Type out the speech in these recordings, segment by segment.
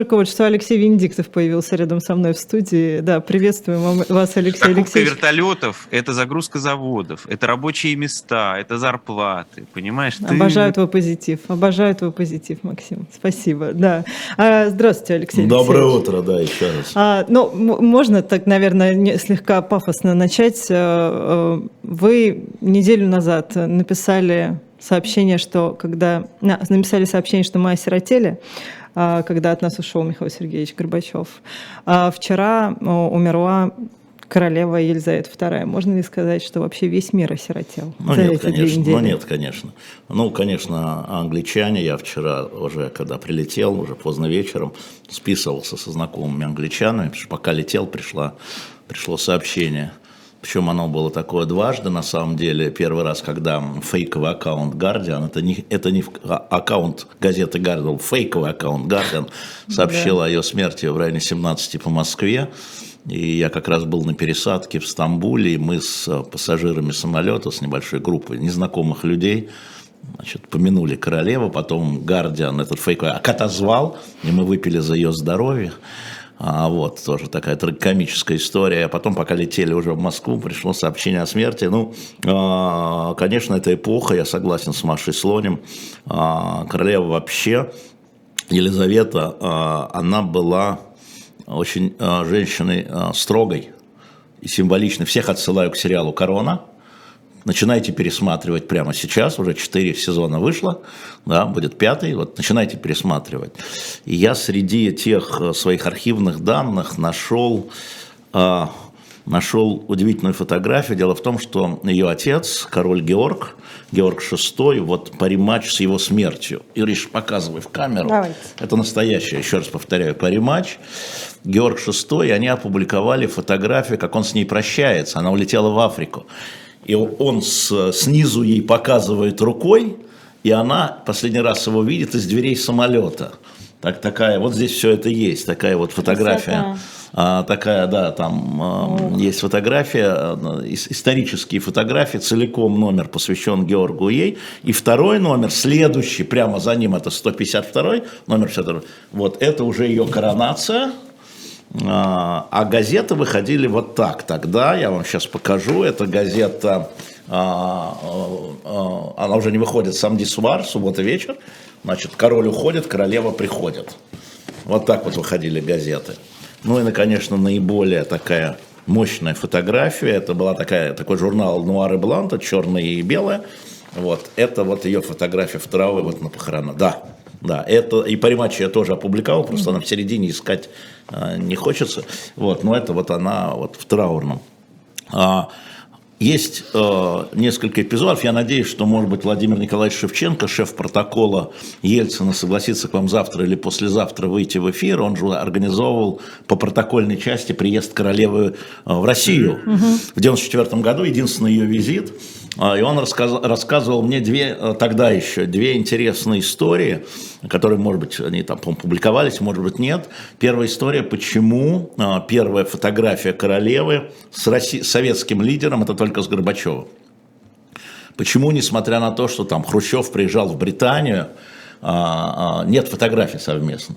Только вот что Алексей Венедиктов появился рядом со мной в студии. Да, приветствуем вас, Алексей Закупка Алексеевич. вертолетов, это загрузка заводов, это рабочие места, это зарплаты, понимаешь? Обожаю твой позитив, Максим. Спасибо, да. Здравствуйте, Алексей Алексеевич. Доброе утро, да, еще раз. Можно так, наверное, слегка пафосно начать. Вы неделю назад написали сообщение, что мы осиротели, когда от нас ушел Михаил Сергеевич Горбачев. Вчера умерла королева Елизавета II. Можно ли сказать, что вообще весь мир осиротел за эти 2 недели? Нет, конечно. Конечно, англичане, я вчера уже, когда прилетел, уже поздно вечером, списывался со знакомыми англичанами, потому что пока летел, пришло сообщение. Причем оно было такое дважды, на самом деле. Первый раз, когда фейковый аккаунт Guardian, это не аккаунт газеты Guardian, фейковый аккаунт Guardian сообщил о ее смерти в районе 17 по Москве. И я как раз был на пересадке в Стамбуле, и мы с пассажирами самолета, с небольшой группой незнакомых людей, помянули королеву, потом Guardian этот фейковый отозвал, и мы выпили за ее здоровье. Тоже такая трагикомическая история. А потом, пока летели уже в Москву, пришло сообщение о смерти. Конечно, это эпоха, я согласен с Машей Слоним. Королева вообще, Елизавета, она была очень женщиной строгой и символичной. Всех отсылаю к сериалу «Корона». Начинайте пересматривать прямо сейчас, уже 4 сезона вышло, да, будет 5-й, начинайте пересматривать. И я среди тех своих архивных данных нашел удивительную фотографию. Дело в том, что ее отец, король Георг VI, пари-матч с его смертью. Ириш, показывай в камеру. Давайте. Это настоящее, еще раз повторяю, пари-матч. Георг VI, они опубликовали фотографию, как он с ней прощается. Она улетела в Африку. И он снизу ей показывает рукой, и она последний раз его видит из дверей самолета. Такая, здесь все это есть, такая фотография. Такая, да, там есть фотография, исторические фотографии, целиком номер посвящен Георгу ей. И второй номер, следующий, прямо за ним, это 152-й, номер 62, это уже ее коронация. А газеты выходили так. Тогда, я вам сейчас покажу, эта газета, она уже не выходит, «Самedi soir», суббота вечер, король уходит, королева приходит. Так выходили газеты. И, конечно, наиболее такая мощная фотография, это была такой журнал «Нуар и Блан», черное и белое, это ее фотография в трауре на похоронах, да, это и пари-матч я тоже опубликовал, просто она в середине искать не хочется. Но это она в траурном. Есть несколько эпизодов. Я надеюсь, что, может быть, Владимир Николаевич Шевченко, шеф протокола Ельцина, согласится к вам завтра или послезавтра выйти в эфир. Он же организовывал по протокольной части приезд королевы в Россию в 1994 году, единственный ее визит. И он рассказывал мне две интересные истории, которые, может быть, они там публиковались, может быть, нет. Первая история, почему первая фотография королевы с советским лидером, это только с Горбачевым. Почему, несмотря на то, что там Хрущев приезжал в Британию, нет фотографий совместных.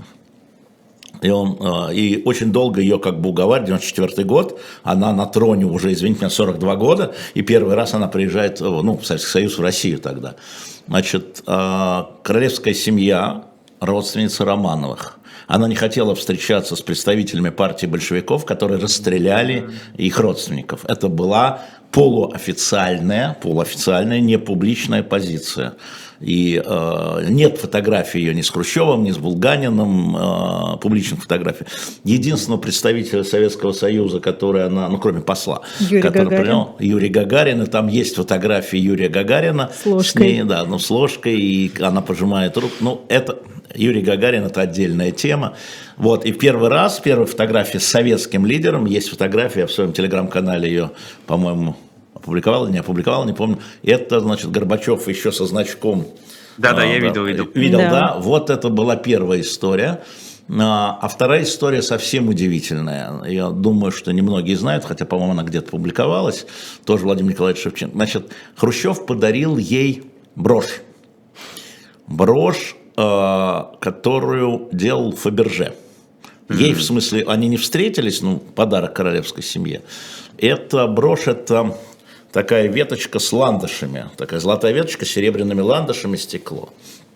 И очень долго ее уговаривали, 94 год, она на троне уже, извините меня, 42 года, и первый раз она приезжает в Советский Союз, в Россию тогда. Королевская семья, родственница Романовых. Она не хотела встречаться с представителями партии большевиков, которые расстреляли их родственников. Это была полуофициальная, непубличная позиция. И нет фотографий ее ни с Хрущевым, ни с Булганиным, публичных фотографий. Единственного представителя Советского Союза, который она, кроме посла, Юрий Гагарин, и там есть фотографии Юрия Гагарина с ложкой. С ложкой, и она пожимает руку. Это Юрий Гагарин, это отдельная тема. И первая фотография с советским лидером, есть фотография, я в своем телеграм-канале ее, по-моему, опубликовал или не опубликовал, не помню. Это, Горбачев еще со значком. Да, я видел. Видел, да. Это была первая история. А вторая история совсем удивительная. Я думаю, что немногие знают, хотя, по-моему, она где-то публиковалась. Тоже Владимир Николаевич Шевченко. Хрущев подарил ей брошь. Брошь, которую делал Фаберже. Ей, в смысле, они не встретились, ну, подарок королевской семье. Эта брошь, это такая веточка с ландышами, такая золотая веточка с серебряными ландышами, стекло.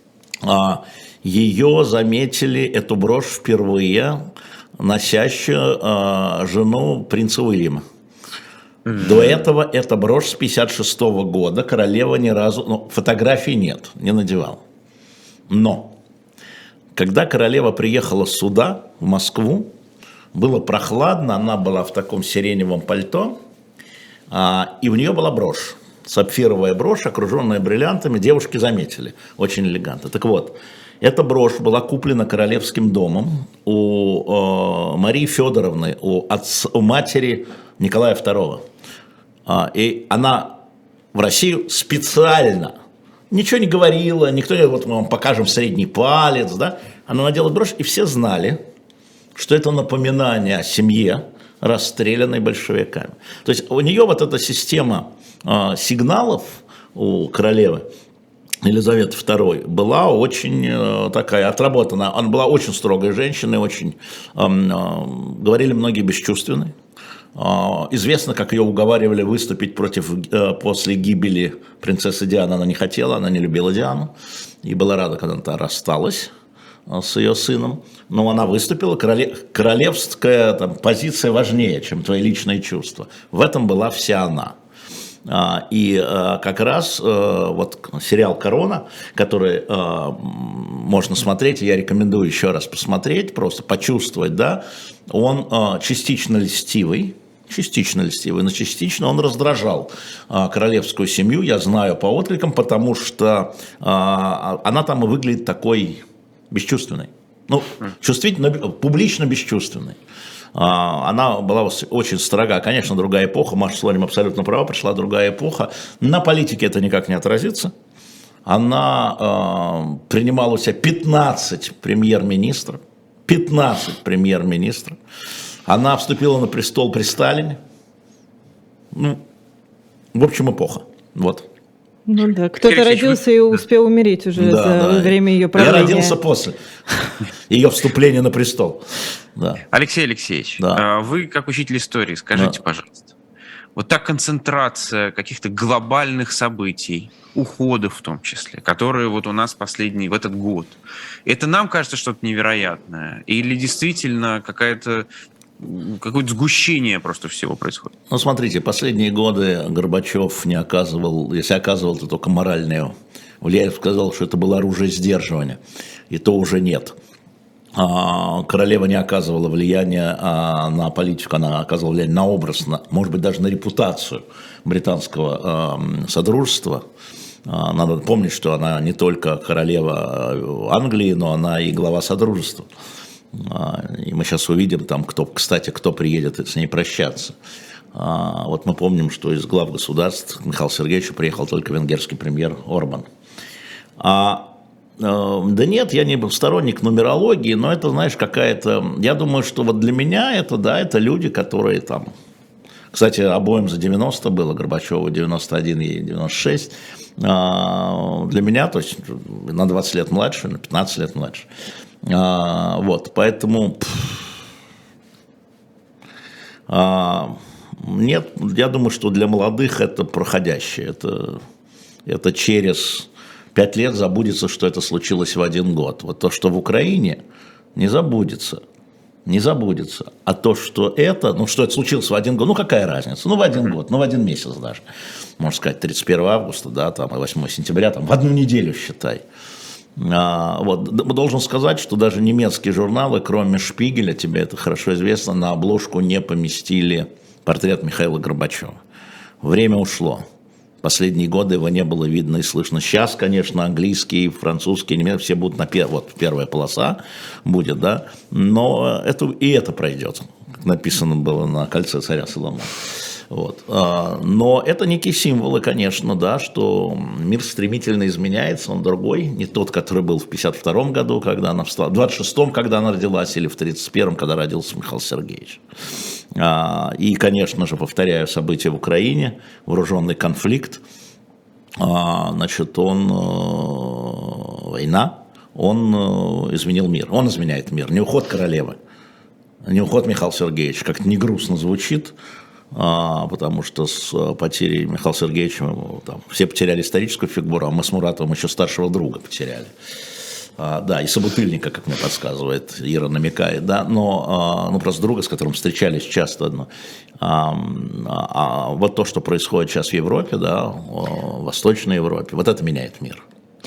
Ее заметили, эту брошь, впервые носящую жену принца Уильяма. До этого эта брошь с 1956 года королева ни разу, ну, фотографий нет, не надевала. Но когда королева приехала сюда, в Москву, было прохладно, она была в таком сиреневом пальто, и у нее была брошь, сапфировая брошь, окруженная бриллиантами, девушки заметили, очень элегантно. Так вот, эта брошь была куплена королевским домом у Марии Федоровны, у матери Николая II. И она в Россию специально ничего не говорила, никто не, вот мы вам покажем средний палец, да? Она надела брошь, и все знали, что это напоминание о семье, расстрелянной большевиками. То есть у нее вот эта система сигналов у королевы Елизаветы II была очень такая отработанная. Она была очень строгой женщиной, очень, говорили многие, бесчувственной. Известно, как ее уговаривали выступить после гибели принцессы Дианы. Она не хотела, она не любила Диану. И была рада, когда она рассталась с ее сыном. Но она выступила. Королевская позиция важнее, чем твои личные чувства. В этом была вся она. И как раз вот сериал «Корона», который можно смотреть, я рекомендую еще раз посмотреть, просто почувствовать, да, он частично льстивый, но частично он раздражал королевскую семью, я знаю по откликам, потому что она там и выглядит такой бесчувственной. Ну, чувствительно, публично бесчувственной. Она была очень строга. Конечно, другая эпоха, Маша Слоним абсолютно права, пришла другая эпоха. На политике это никак не отразится. Она принимала у себя 15 премьер-министров. 15 премьер-министров. Она вступила на престол при Сталине. Ну, в общем, эпоха. Вот. Ну да, кто-то родился и успел умереть уже за время ее правления. Я родился после ее вступления на престол. Да. Алексей Алексеевич, да. Вы как учитель истории, скажите, пожалуйста, вот та концентрация каких-то глобальных событий, уходов в том числе, которые вот у нас последний, в этот год, это нам кажется что-то невероятное? Или действительно какое-то сгущение просто всего происходит? Ну, смотрите, последние годы Горбачев не оказывал, если оказывал, то только моральное влияние. Сказал, что это было оружие сдерживания, и то уже нет. Королева не оказывала влияния на политику, она оказывала влияние на образ, может быть, даже на репутацию британского содружества. Надо помнить, что она не только королева Англии, но она и глава содружества. И мы сейчас увидим, там, кто приедет с ней прощаться. Вот мы помним, что из глав государств Михаил Сергеевич приехал только венгерский премьер Орбан. Да нет, я не сторонник нумерологии, но это, знаешь, какая-то... Я думаю, что вот для меня это, да, это люди, которые там... Кстати, обоим за 90 было, Горбачеву 91 и 96. Для меня, то есть на 20 лет младше, на 15 лет младше. Вот, поэтому... Нет, я думаю, что для молодых это проходящее. Это через 5 лет забудется, что это случилось в 1 год. Вот то, что в Украине, не забудется. Не забудется. А то, что это, что это случилось в 1 год, какая разница? В 1 год, в 1 месяц даже. Можно сказать, 31 августа, да, там, и 8 сентября, там, в 1 неделю, считай. Вот. Должен сказать, что даже немецкие журналы, кроме Шпигеля, тебе это хорошо известно, на обложку не поместили портрет Михаила Горбачева. Время ушло. Последние годы его не было видно и слышно. Сейчас, конечно, английский, французский, немецкий, все будут вот первая полоса будет, да, но это пройдет, как написано было на кольце царя Соломона. Вот. Но это некие символы, конечно, да, что мир стремительно изменяется, он другой, не тот, который был в 1952 году, когда она встала, в 1926, когда она родилась, или в 1931, когда родился Михаил Сергеевич. И, конечно же, повторяю, события в Украине, вооруженный конфликт, значит, война, он изменил мир, он изменяет мир, не уход королевы. Не уход Михаила Сергеевича, как-то не грустно звучит, потому что с потерей Михаила Сергеевича там, все потеряли историческую фигуру, а мы с Муратовым еще старшего друга потеряли. Да, и собутыльника, как мне подсказывает, Ира намекает, да, но просто друга, с которым встречались часто. Вот то, что происходит сейчас в Европе, да, в Восточной Европе, вот это меняет мир.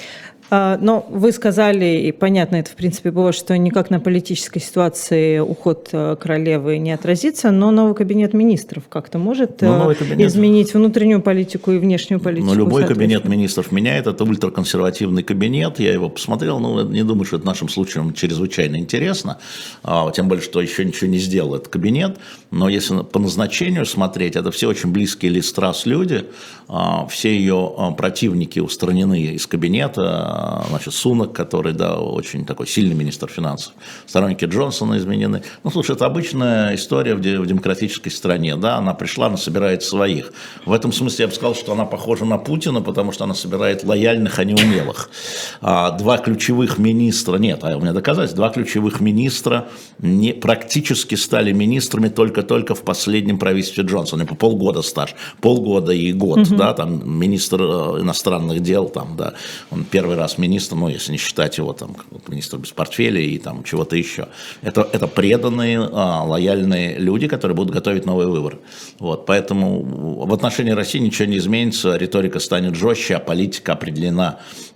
Но вы сказали, и понятно, это в принципе было, что никак на политической ситуации уход королевы не отразится, но новый кабинет министров как-то может изменить внутреннюю политику и внешнюю политику. Но любой кабинет министров меняет, это ультраконсервативный кабинет, я его посмотрел, не думаю, что это нашим случаем чрезвычайно интересно, тем более, что еще ничего не сделал этот кабинет, но если по назначению смотреть, это все очень близкие Лиз Трасс люди, все ее противники устранены из кабинета. Значит, Сунак, который, да, очень такой сильный министр финансов, сторонники Джонсона изменены. Слушай, это обычная история в демократической стране, да, она пришла, она собирает своих. В этом смысле я бы сказал, что она похожа на Путина, потому что она собирает лояльных, а не умелых. Два ключевых министра, нет, у меня доказательства, два ключевых министра практически стали министрами только в последнем правительстве Джонсона, по полгода стаж, полгода и год, да, там министр иностранных дел, там, да, он первый раз министр, если не считать его там министр без портфеля и там чего-то еще. Это преданные, лояльные люди, которые будут готовить новый выбор. Вот, поэтому в отношении России ничего не изменится, риторика станет жестче, а политика определена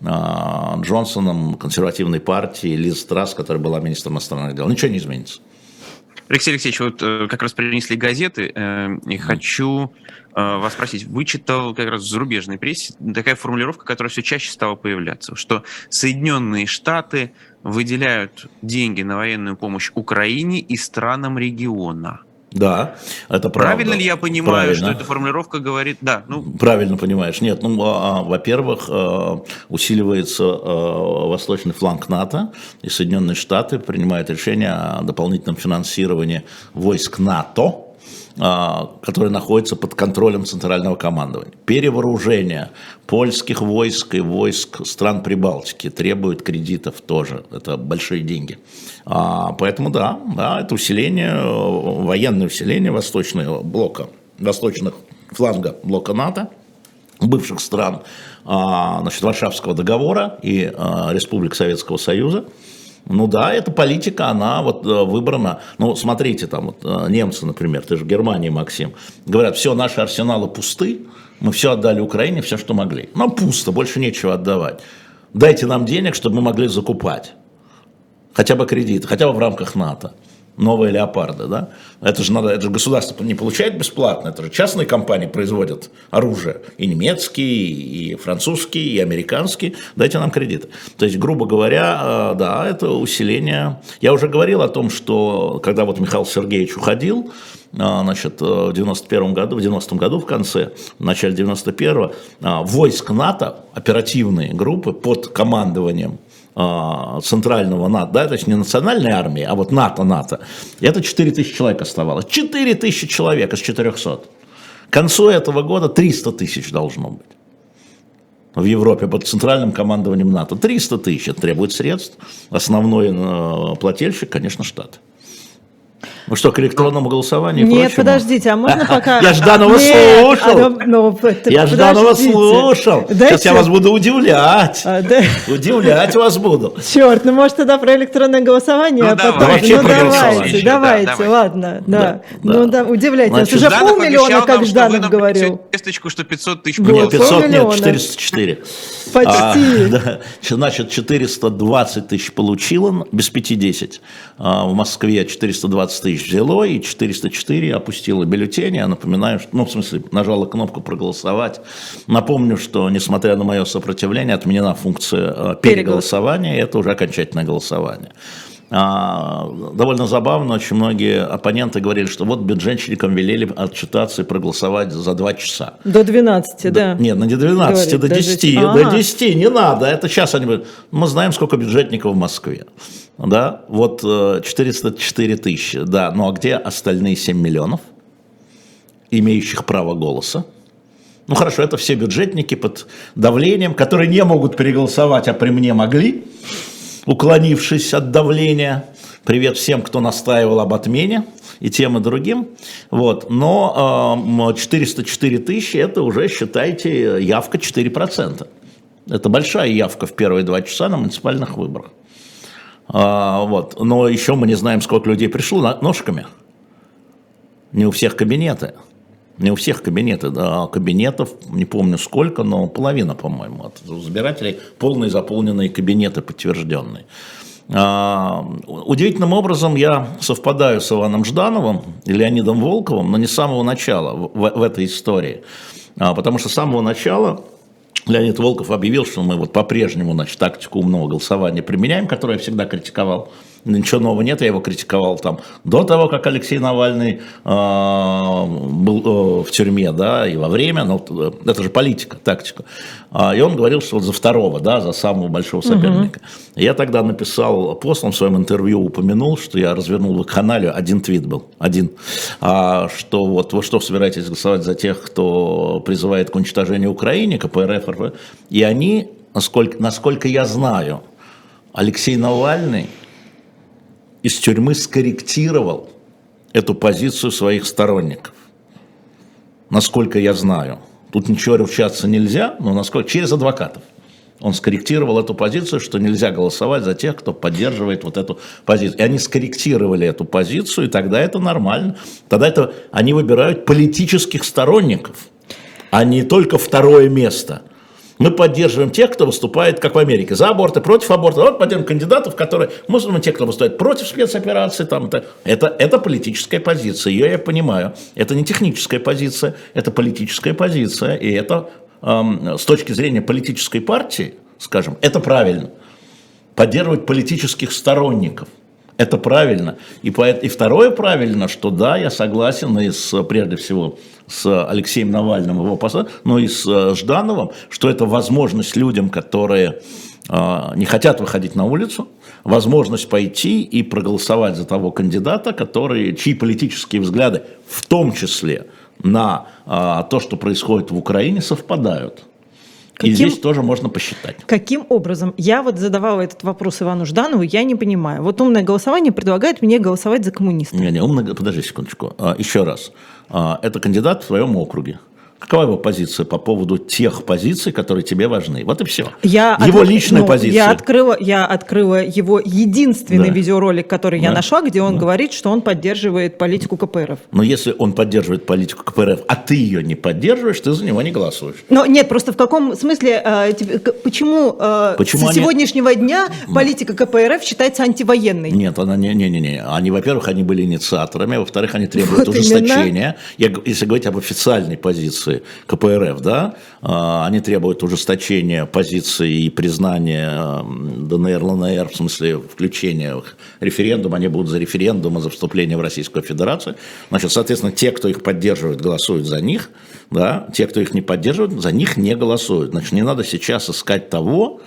Джонсоном, консервативной партией, Лиз Трасс, которая была министром иностранных дел. Ничего не изменится. Алексей Алексеевич, вот как раз принесли газеты, и хочу вас спросить, вычитал как раз в зарубежной прессе такая формулировка, которая все чаще стала появляться, что Соединенные Штаты выделяют деньги на военную помощь Украине и странам региона. Да, это правда. Правильно ли я понимаю, что эта формулировка говорит... Да, Правильно понимаешь. Нет, во-первых, усиливается восточный фланг НАТО, и Соединенные Штаты принимают решение о дополнительном финансировании войск НАТО, которые находятся под контролем центрального командования. Перевооружение польских войск и войск стран Прибалтики требует кредитов тоже. Это большие деньги. Поэтому да, это усиление, военное усиление восточного фланга блока НАТО, бывших стран Варшавского договора и Республик Советского Союза. Эта политика, она выбрана. Смотрите, там немцы, например, ты же в Германии, Максим, говорят, все, наши арсеналы пусты, мы все отдали Украине, все, что могли. Нам пусто, больше нечего отдавать. Дайте нам денег, чтобы мы могли закупать. Хотя бы кредиты, хотя бы в рамках НАТО. Новые леопарды, да? Это же государство не получает бесплатно, это же частные компании производят оружие, и немецкие, и французские, и американские, dайте нам кредиты. То есть, грубо говоря, да, это усиление. Я уже говорил о том, что когда Михаил Сергеевич уходил, в 91-м году, в 90-м году в конце, в начале 91-го, войск НАТО, оперативные группы под командованием центрального НАТО, да, то есть не национальной армии, а НАТО, это 4000 человек оставалось. 4000 человек из 400. К концу этого года 300 тысяч должно быть. В Европе под центральным командованием НАТО 300 тысяч, это требует средств. Основной плательщик, конечно, Штаты. Ну что, к электронному голосованию? Нет, подождите, а можно пока... Я Жданова слушал. Я Жданова слушал. Сейчас я вас буду удивлять. Удивлять вас буду. Черт, может тогда про электронное голосование? Давайте, ладно. Удивляйте нас. Уже 500 000, как Жданов говорил. Весточку, что 500 тысяч. Нет, 500 нет, 404. Почти. Значит, 420 тысяч получило, без 5-10. В Москве 420 тысяч взяло и 404 опустило бюллетени. Я напоминаю, что, нажала кнопку проголосовать. Напомню, что, несмотря на мое сопротивление, отменена функция переголосования, и это уже окончательное голосование. Довольно забавно, очень многие оппоненты говорили, что бюджетчикам велели отчитаться и проголосовать за 2 часа. До 12, да? Нет, не до 12, говорит, до 10. До 10 не надо. Это сейчас они говорят, мы знаем, сколько бюджетников в Москве. Да, 404 тысячи, да, а где остальные 7 миллионов, имеющих право голоса? Хорошо, это все бюджетники под давлением, которые не могут переголосовать, а при мне могли, уклонившись от давления, Привет всем, кто настаивал об отмене и тем, и другим. Вот. Но 404 тысячи – это уже, считайте, явка 4%. Это большая явка в первые 2 часа на муниципальных выборах. Вот. Но еще мы не знаем, сколько людей пришло ножками. Не у всех кабинеты. Не у всех кабинеты. Да, кабинетов, не помню сколько, но половина, по-моему, от избирателей. Полные заполненные кабинеты подтвержденные. Удивительным образом я совпадаю с Иваном Ждановым и Леонидом Волковым, но не с самого начала в этой истории. Потому что с самого начала Леонид Волков объявил, что мы вот по-прежнему, значит, тактику умного голосования применяем, которую я всегда критиковал. Ничего нового нет, я его критиковал там до того, как Алексей Навальный был в тюрьме, да, и во время, но это же политика, тактика. И он говорил, что вот за второго, да, за самого большого соперника. Я тогда написал пост, он в своем интервью упомянул, что я развернул в канале, один твит был, что вот вы что, собираетесь голосовать за тех, кто призывает к уничтожению Украины, КПРФ, РФ, и они, насколько я знаю, Алексей Навальный из тюрьмы скорректировал эту позицию своих сторонников. Насколько я знаю. Тут ничего ручаться нельзя, но насколько через адвокатов. Он скорректировал эту позицию, что нельзя голосовать за тех, кто поддерживает вот эту позицию. И они скорректировали эту позицию, и тогда это нормально. Тогда это они выбирают политических сторонников, а не только второе место. Мы поддерживаем тех, кто выступает, как в Америке, за аборты, против аборта. Вот поддерживаем кандидатов, которые, мусульмане, те, кто выступает против спецоперации. Там, это политическая позиция, ее я понимаю. Это не техническая позиция, это политическая позиция. И это с точки зрения политической партии, скажем, это правильно. Поддерживать политических сторонников. Это правильно. И второе правильно, что да, я согласен и прежде всего с Алексеем Навальным, его посадом, но и с Ждановым, что это возможность людям, которые не хотят выходить на улицу, возможность пойти и проголосовать за того кандидата, чьи политические взгляды, в том числе на то, что происходит в Украине, совпадают. И здесь тоже можно посчитать. Каким образом? Я вот задавала этот вопрос Ивану Жданову, я не понимаю. Вот умное голосование предлагает мне голосовать за коммунистов. Подожди секундочку. Еще раз. Это кандидат в твоем округе. Какова его позиция по поводу тех позиций, которые тебе важны? Вот и все. Личная позиция. Я открыла его единственный видеоролик, который я нашла, где он говорит, что он поддерживает политику КПРФ. Но если он поддерживает политику КПРФ, а ты ее не поддерживаешь, ты за него не голосуешь. Но нет, просто в каком смысле, почему с сегодняшнего дня политика КПРФ считается антивоенной? Нет, она не. Они, во-первых, они были инициаторами, во-вторых, они требуют ужесточения. Если говорить об официальной позиции КПРФ, да, они требуют ужесточения позиции и признания ДНР, ЛНР, в смысле включения в референдум, они будут за референдум, за вступление в Российскую Федерацию. Значит, соответственно, те, кто их поддерживает, голосуют за них, да, те, кто их не поддерживает, за них не голосуют. Значит, не надо сейчас искать того,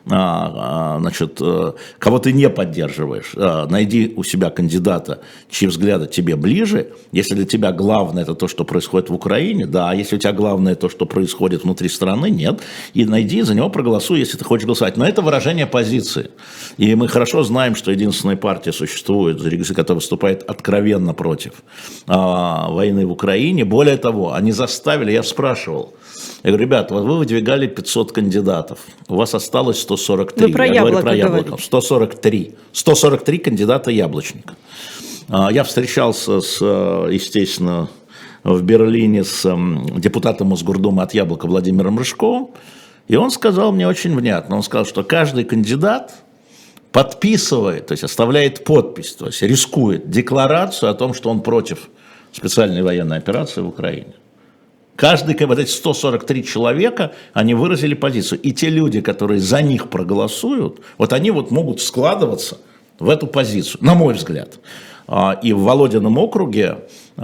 значит, кого ты не поддерживаешь. Найди у себя кандидата, чьи взгляды тебе ближе. Если для тебя главное это то, что происходит в Украине, да, если у тебя главное то, что происходит внутри страны, нет. И найди, за него проголосуй, если ты хочешь голосовать. Но это выражение позиции. И мы хорошо знаем, что единственная партия существует, которая выступает откровенно против войны в Украине. Более того, они заставили, я спрашивал, я говорю, ребята, вот вы выдвигали 500 кандидатов, у вас осталось 143. Вы про яблоко говорите. 143. 143 кандидата яблочника. Я встречался, естественно, в Берлине с депутатом Мосгордумы от Яблока Владимиром Рыжковым, и он сказал мне очень внятно, он сказал, что каждый кандидат подписывает, то есть оставляет подпись, то есть рискует декларацию о том, что он против специальной военной операции в Украине. Каждый, вот эти 143 человека, они выразили позицию. И те люди, которые за них проголосуют, вот они вот могут складываться в эту позицию, на мой взгляд. И в Володином округе,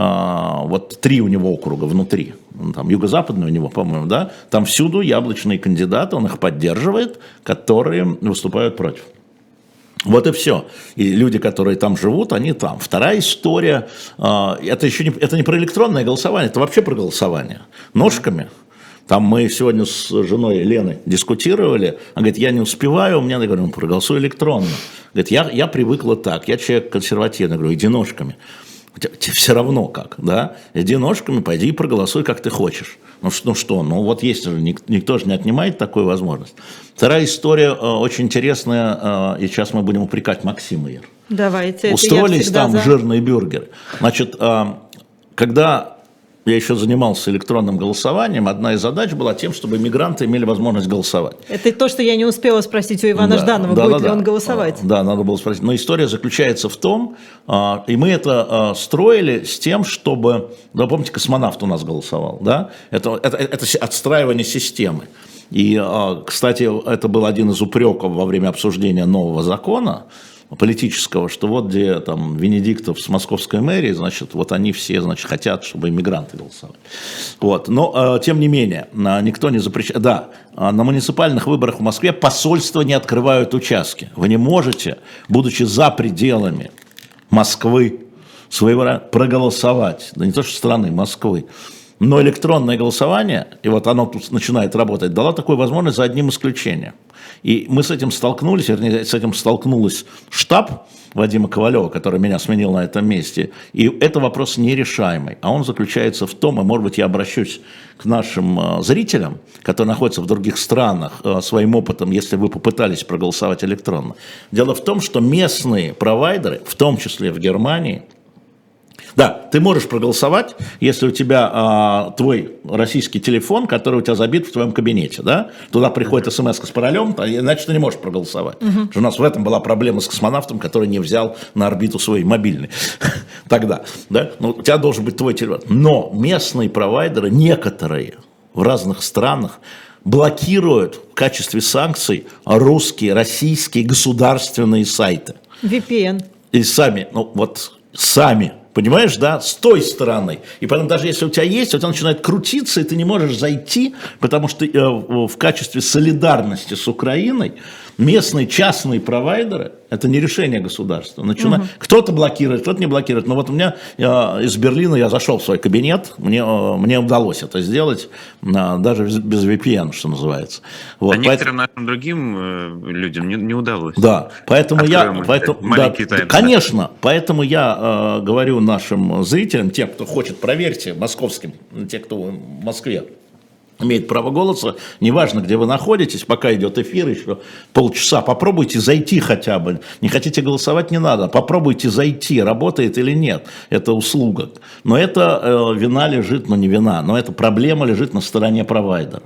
вот 3 у него округа внутри, там юго-западный у него, по-моему, да, там всюду яблочные кандидаты, он их поддерживает, которые выступают против. Вот и все. И люди, которые там живут, они там. Вторая история, это не про электронное голосование, это вообще про голосование. Ножками. Там мы сегодня с женой Леной дискутировали. Она говорит, я не успеваю, у меня, я говорю, проголосуй электронно. Говорит, я привыкла так, я человек консервативный. Я говорю, иди ножками. Тебе все равно как, да? Иди ножками, пойди и проголосуй, как ты хочешь. Ну вот есть же, никто же не отнимает такую возможность. Вторая история очень интересная, и сейчас мы будем упрекать Максима. Давайте. Устроились там жирные бюргеры. Значит, когда я еще занимался электронным голосованием, одна из задач была тем, чтобы мигранты имели возможность голосовать. Это то, что я не успела спросить у Ивана Жданова, будет ли он голосовать. Да, надо было спросить. Но история заключается в том, и мы это строили с тем, чтобы... Да, помните, космонавт у нас голосовал, да? Это отстраивание системы. И, кстати, это был один из упреков во время обсуждения нового закона, политического, что вот где там Венедиктов с московской мэрией, значит, вот они все, значит, хотят, чтобы иммигранты голосовали. Вот. Но, тем не менее, никто не запрещает. Да, на муниципальных выборах в Москве посольства не открывают участки. Вы не можете, будучи за пределами Москвы, проголосовать, да не то что страны, Москвы. Но электронное голосование, и вот оно тут начинает работать, дало такую возможность за одним исключением. И мы с этим столкнулись, вернее, с этим столкнулась штаб Вадима Ковалева, который меня сменил на этом месте. И это вопрос нерешаемый. А он заключается в том, и, может быть, я обращусь к нашим зрителям, которые находятся в других странах, своим опытом, если вы попытались проголосовать электронно. Дело в том, что местные провайдеры, в том числе в Германии, да, ты можешь проголосовать, если у тебя твой российский телефон, который у тебя забит в твоем кабинете, да, туда приходит смс с паролем, иначе ты не можешь проголосовать. Потому что у нас в этом была проблема с космонавтом, который не взял на орбиту свой мобильный тогда, да, ну, у тебя должен быть твой телефон. Но местные провайдеры, некоторые в разных странах, блокируют в качестве санкций русские, российские государственные сайты. VPN. И сами, сами. Понимаешь, да, с той стороны. И потом даже если у тебя есть, у тебя начинает крутиться, и ты не можешь зайти, потому что в качестве солидарности с Украиной местные частные провайдеры, это не решение государства. Кто-то блокирует, кто-то не блокирует. Но вот у меня из Берлина я зашел в свой кабинет, мне удалось это сделать, даже без VPN, что называется. Вот, некоторым нашим другим людям не удалось. Да, поэтому конечно, поэтому я говорю нашим зрителям, тем, кто хочет, проверьте, московским, те, кто в Москве имеет право голоса, неважно, где вы находитесь, пока идет эфир, еще полчаса, попробуйте зайти хотя бы. Не хотите голосовать, не надо. Попробуйте зайти, работает или нет. Это услуга. Но это вина лежит, не вина, но эта проблема лежит на стороне провайдера.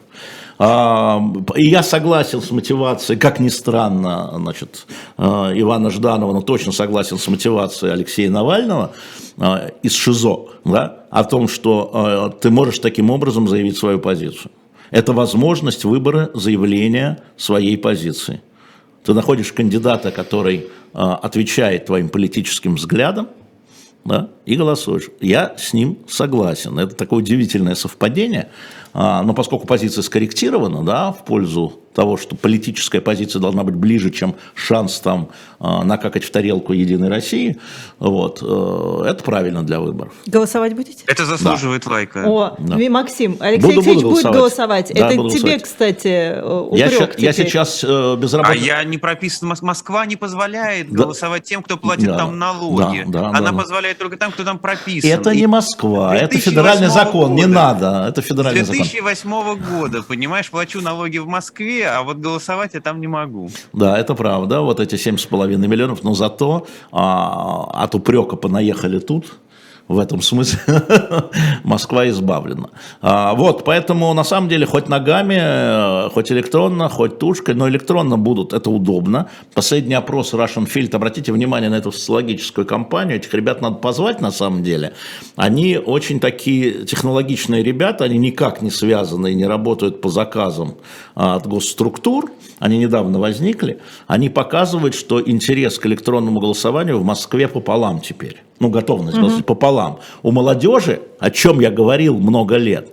И я согласен с мотивацией, как ни странно, значит, Ивана Жданова, но точно согласен с мотивацией Алексея Навального из ШИЗО, да, о том, что ты можешь таким образом заявить свою позицию. Это возможность выбора заявления своей позиции. Ты находишь кандидата, который отвечает твоим политическим взглядам, да, и голосуешь. Я с ним согласен. Это такое удивительное совпадение, но поскольку позиция скорректирована, да, в пользу того, что политическая позиция должна быть ближе, чем шанс там накакать в тарелку Единой России, вот, это правильно для выборов. Голосовать будете? Это заслуживает лайка. Да. Максим, Алексей Алексеевич будет голосовать. Да, это тебе, кстати, упрек я сейчас безработный. А я не прописан. Москва не позволяет голосовать тем, кто платит там налоги. Она позволяет только там, кто там прописан. Это не Москва, это федеральный закон, не надо. Это федеральный закон. С 2008 года, понимаешь, плачу налоги в Москве, а вот голосовать я там не могу. Да, это правда, вот эти 7,5 миллионов, но зато от упрека понаехали тут. В этом смысле Москва избавлена. Вот, поэтому на самом деле хоть ногами, хоть электронно, хоть тушкой, но электронно будут, это удобно. Последний опрос Russian Field, обратите внимание на эту социологическую кампанию, этих ребят надо позвать на самом деле. Они очень такие технологичные ребята, они никак не связаны и не работают по заказам от госструктур, они недавно возникли, они показывают, что интерес к электронному голосованию в Москве пополам теперь. Готовность голосовать пополам. У молодежи, о чем я говорил много лет,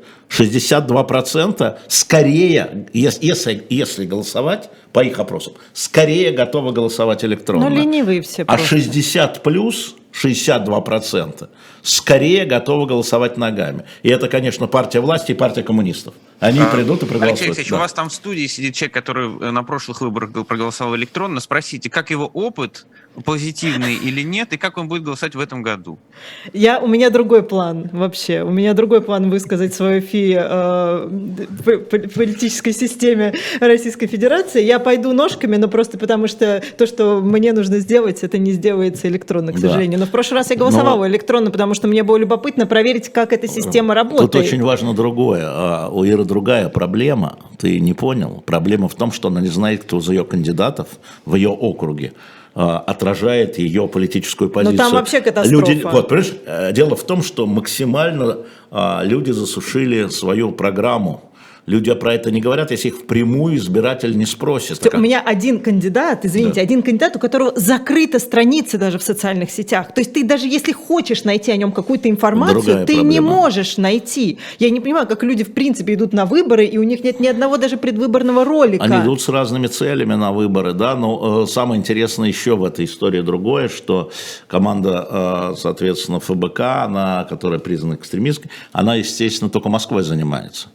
62% скорее, если голосовать, по их опросам, скорее готовы голосовать электронно. Но ленивые все просто. А 60+, 62%, скорее готовы голосовать ногами. И это, конечно, партия власти и партия коммунистов. Они придут и проголосуют. Алексей Алексеевич, у вас там в студии сидит человек, который на прошлых выборах проголосовал электронно. Спросите, как его опыт, позитивный или нет, и как он будет голосовать в этом году? У меня другой план вообще. У меня другой план высказать свою фи политической системе Российской Федерации. Я пойду ножками, но просто потому что то, что мне нужно сделать, это не сделается электронно, к сожалению. Но в прошлый раз я голосовала электронно, потому что мне было любопытно проверить, как эта система работает. Тут очень важно другое. У Иры другая проблема. Ты не понял. Проблема в том, что она не знает, кто из ее кандидатов в ее округе отражает ее политическую позицию. Но там вообще катастрофа. Понимаешь, дело в том, что максимально люди засушили свою программу. Люди про это не говорят, если их впрямую избиратель не спросит. У меня один кандидат, один кандидат, у которого закрыта страница даже в социальных сетях. То есть ты даже если хочешь найти о нем какую-то информацию, ты не можешь найти. Я не понимаю, как люди в принципе идут на выборы, и у них нет ни одного даже предвыборного ролика. Они идут с разными целями на выборы, да, но самое интересное еще в этой истории другое, что команда, соответственно, ФБК, которая признана экстремистской, она, естественно, только Москвой занимается.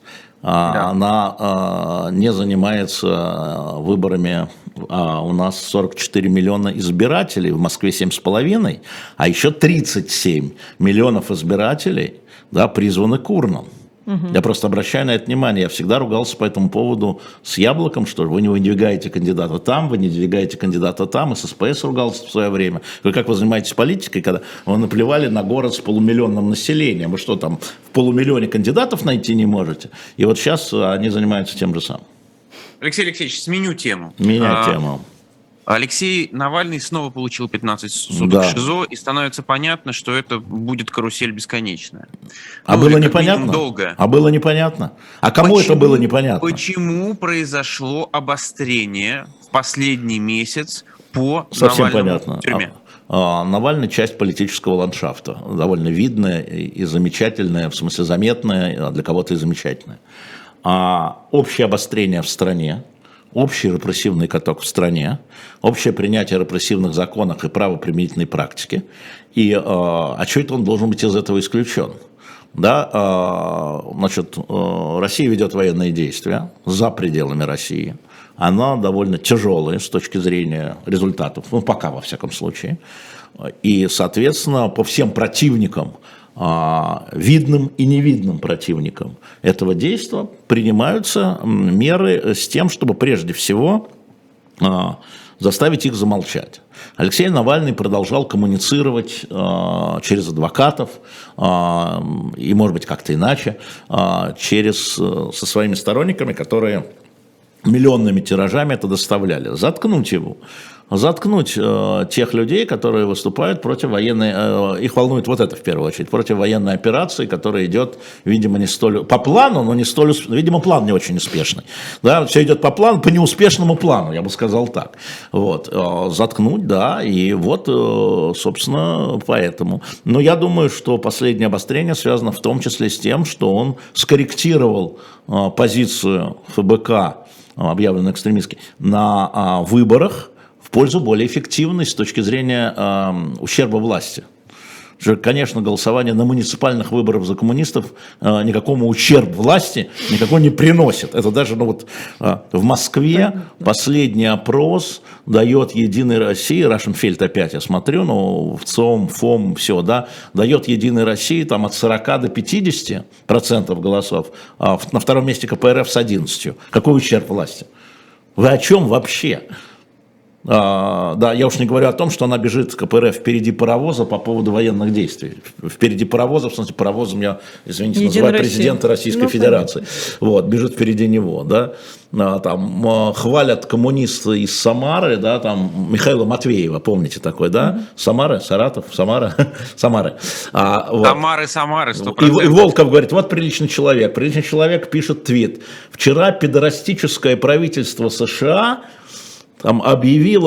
Она не занимается выборами. У нас 44 миллиона избирателей, в Москве 7,5, а еще 37 миллионов избирателей, да, призваны к урнам. Я просто обращаю на это внимание. Я всегда ругался по этому поводу с Яблоком, что вы не выдвигаете кандидата там, вы не двигаете кандидата там, и с СПС ругался в свое время. Как вы занимаетесь политикой, когда вы наплевали на город с полумиллионным населением? Вы что там, в полумиллионе кандидатов найти не можете? И вот сейчас они занимаются тем же самым. Алексей Алексеевич, сменю тему. Менять тему. Алексей Навальный снова получил 15 суток в ШИЗО, и становится понятно, что это будет карусель бесконечная. Было непонятно? Долго. Было непонятно? А кому это было непонятно? Почему произошло обострение в последний месяц по Совсем Навальному понятно. в тюрьме? Навальный часть политического ландшафта, довольно видная и замечательная, в смысле заметная, а для кого-то и замечательная. Общее обострение в стране, общий репрессивный каток в стране, общее принятие репрессивных законов и правоприменительной практики. И что это он должен быть из этого исключен? Да, значит, Россия ведет военные действия за пределами России. Она довольно тяжелая с точки зрения результатов, пока во всяком случае. И, соответственно, по всем противникам, видным и невидным противникам этого действия принимаются меры с тем, чтобы прежде всего заставить их замолчать. Алексей Навальный продолжал коммуницировать через адвокатов и, может быть, как-то иначе, со своими сторонниками, которые миллионными тиражами это доставляли. Заткнуть его. Заткнуть тех людей, которые выступают против военной, их волнует вот это в первую очередь, против военной операции, которая идет, видимо, не столь, по плану, но не столь, видимо, план не очень успешный. Да, все идет по плану, по неуспешному плану, я бы сказал так. Вот, заткнуть, да, и вот, собственно, поэтому. Но я думаю, что последнее обострение связано в том числе с тем, что он скорректировал позицию ФБК, объявленной экстремистской, на выборах, в пользу более эффективной с точки зрения ущерба власти. Конечно, голосование на муниципальных выборах за коммунистов никакому ущербу власти никакой не приносит. Это даже в Москве последний опрос дает Единой России, Рашенфельд опять я смотрю, в ЦОМ, ФОМ, все, да, дает Единой России там, от 40 до 50% голосов, а на втором месте КПРФ с 11%. Какой ущерб власти? Вы о чем вообще? Да, я уж не говорю о том, что она бежит КПРФ впереди паровоза по поводу военных действий. Впереди паровоза, в смысле паровозом я, извините, называю президента Российской Федерации. Вот, бежит впереди него, да. Там хвалят коммунисты из Самары, да, там Михаила Матвеева, помните такой, да? Самара, Саратов, Самара, Самары. Вот. Самары, 100%. И Волков говорит, вот приличный человек. Приличный человек пишет твит. Вчера педорастическое правительство США там объявило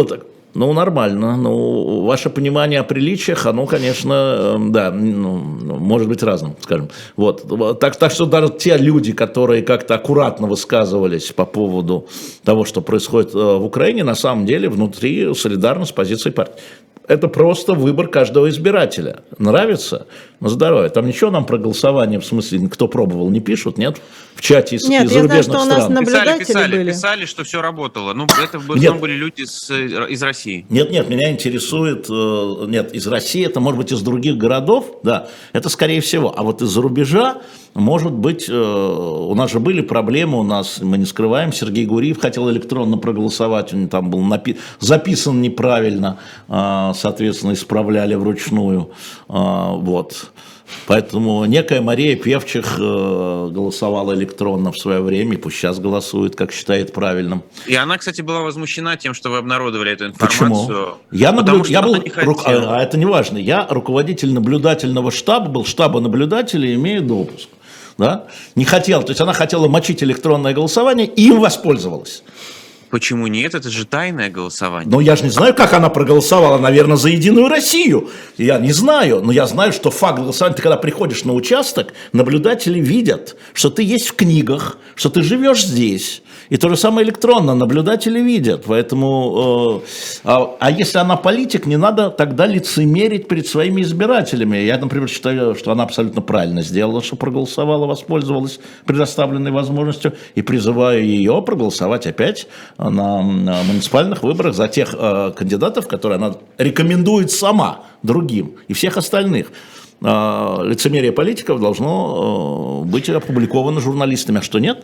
Ну, нормально. Ну, ваше понимание о приличиях, оно, конечно, да, может быть разным, скажем. Вот. Так что даже те люди, которые как-то аккуратно высказывались по поводу того, что происходит в Украине, на самом деле внутри солидарны с позицией партии. Это просто выбор каждого избирателя. Нравится? На здоровье. Там ничего нам про голосование, в смысле, кто пробовал, не пишут, нет? В чате из зарубежных стран. Что у нас наблюдатели писали, что все работало. Ну, это в основном были люди из России. Нет, меня интересует... Нет, из России, это может быть из других городов, да, это скорее всего. А вот из-за рубежа, может быть, у нас же были проблемы, мы не скрываем, Сергей Гуриев хотел электронно проголосовать, он там был записан неправильно, соответственно, исправляли вручную, вот. Поэтому некая Мария Певчих голосовала электронно в свое время, и пусть сейчас голосует, как считает правильным. И она, кстати, была возмущена тем, что вы обнародовали эту информацию. Почему? А это не важно. Я руководитель наблюдательного штаба, был штаба наблюдателей, имею допуск. Да? Не хотел, то есть она хотела мочить электронное голосование, и им воспользовалась. Почему нет? Это же тайное голосование. Но я же не знаю, как она проголосовала, наверное, за «Единую Россию». Я не знаю, но я знаю, что факт голосования, ты когда приходишь на участок, наблюдатели видят, что ты есть в книгах, что ты живешь здесь. И то же самое электронно, наблюдатели видят. Поэтому, если она политик, не надо тогда лицемерить перед своими избирателями. Я, например, считаю, что она абсолютно правильно сделала, что проголосовала, воспользовалась предоставленной возможностью, и призываю ее проголосовать опять на муниципальных выборах за тех кандидатов, которые она рекомендует сама другим и всех остальных. Лицемерие политиков должно быть опубликовано журналистами, а что нет?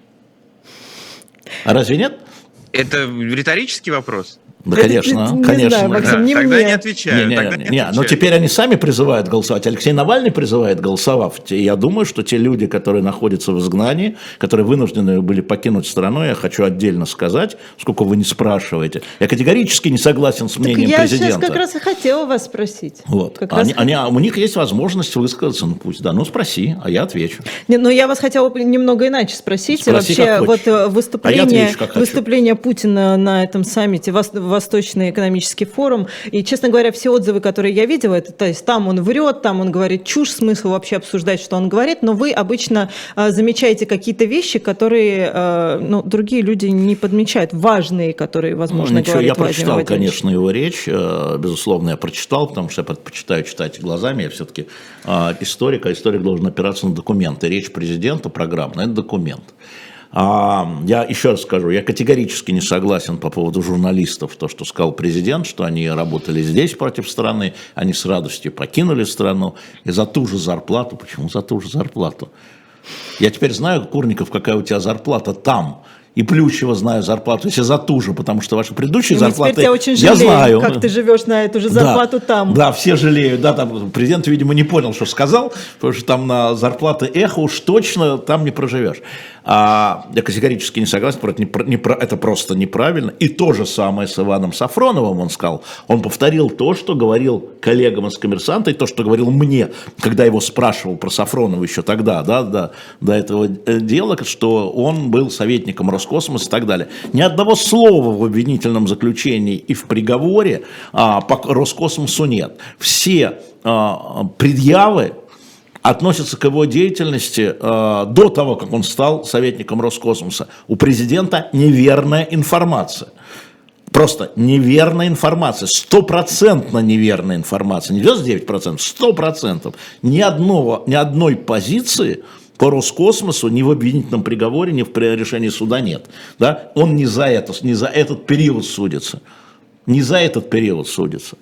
А разве нет? Это риторический вопрос? Да, конечно, конечно. Знаю, Максим, не тогда мне. не отвечаю. Но теперь они сами призывают голосовать. Алексей Навальный призывает голосовать. И я думаю, что те люди, которые находятся в изгнании, которые вынуждены были покинуть страну, я хочу отдельно сказать, сколько вы не спрашиваете, я категорически не согласен с мнением президента. Я сейчас как раз и хотела вас спросить. Вот. У них есть возможность высказаться, ну пусть, да, ну спроси, а я отвечу. Но я вас хотела немного иначе спросить. Спроси, вообще, вот выступление Путина на этом саммите, Восточный экономический форум. И, честно говоря, все отзывы, которые я видела, это, то есть там он врет, там он говорит чушь, смысл вообще обсуждать, что он говорит, но вы обычно замечаете какие-то вещи, которые другие люди не подмечают, важные, которые, возможно, говорит я Владимир прочитал, Владимирович. конечно, его речь, безусловно, я прочитал, потому что я предпочитаю читать глазами, я все-таки историк, а историк должен опираться на документы. Речь президента программная – это документ. Я еще раз скажу, я категорически не согласен по поводу журналистов, то, что сказал президент, что они работали здесь против страны, они с радостью покинули страну, и за ту же зарплату. Почему за ту же зарплату? Я теперь знаю, Курников, какая у тебя зарплата там, и Плющева знаю зарплату, если за ту же, потому что ваши предыдущие зарплаты, я очень жалеем, знаю, как ты живешь на эту же зарплату там. Да, все жалеют, да, там президент, видимо, не понял, что сказал, потому что там на зарплаты эхо уж точно там не проживешь. Я категорически не согласен, это просто неправильно. И то же самое с Иваном Сафроновым он сказал. Он повторил то, что говорил коллегам из «Коммерсанта», и то, что говорил мне, когда его спрашивал про Сафронова еще тогда, до этого дела, что он был советником Роскосмоса и так далее. Ни одного слова в обвинительном заключении и в приговоре по Роскосмосу нет. Все предъявы относятся к его деятельности до того, как он стал советником Роскосмоса. У президента неверная информация. Просто неверная информация, стопроцентно неверная информация, не 99%, 100%. Ни одной позиции по Роскосмосу ни в обвинительном приговоре, ни в решении суда нет. Да? Он не за этот период судится. Не за этот период судится.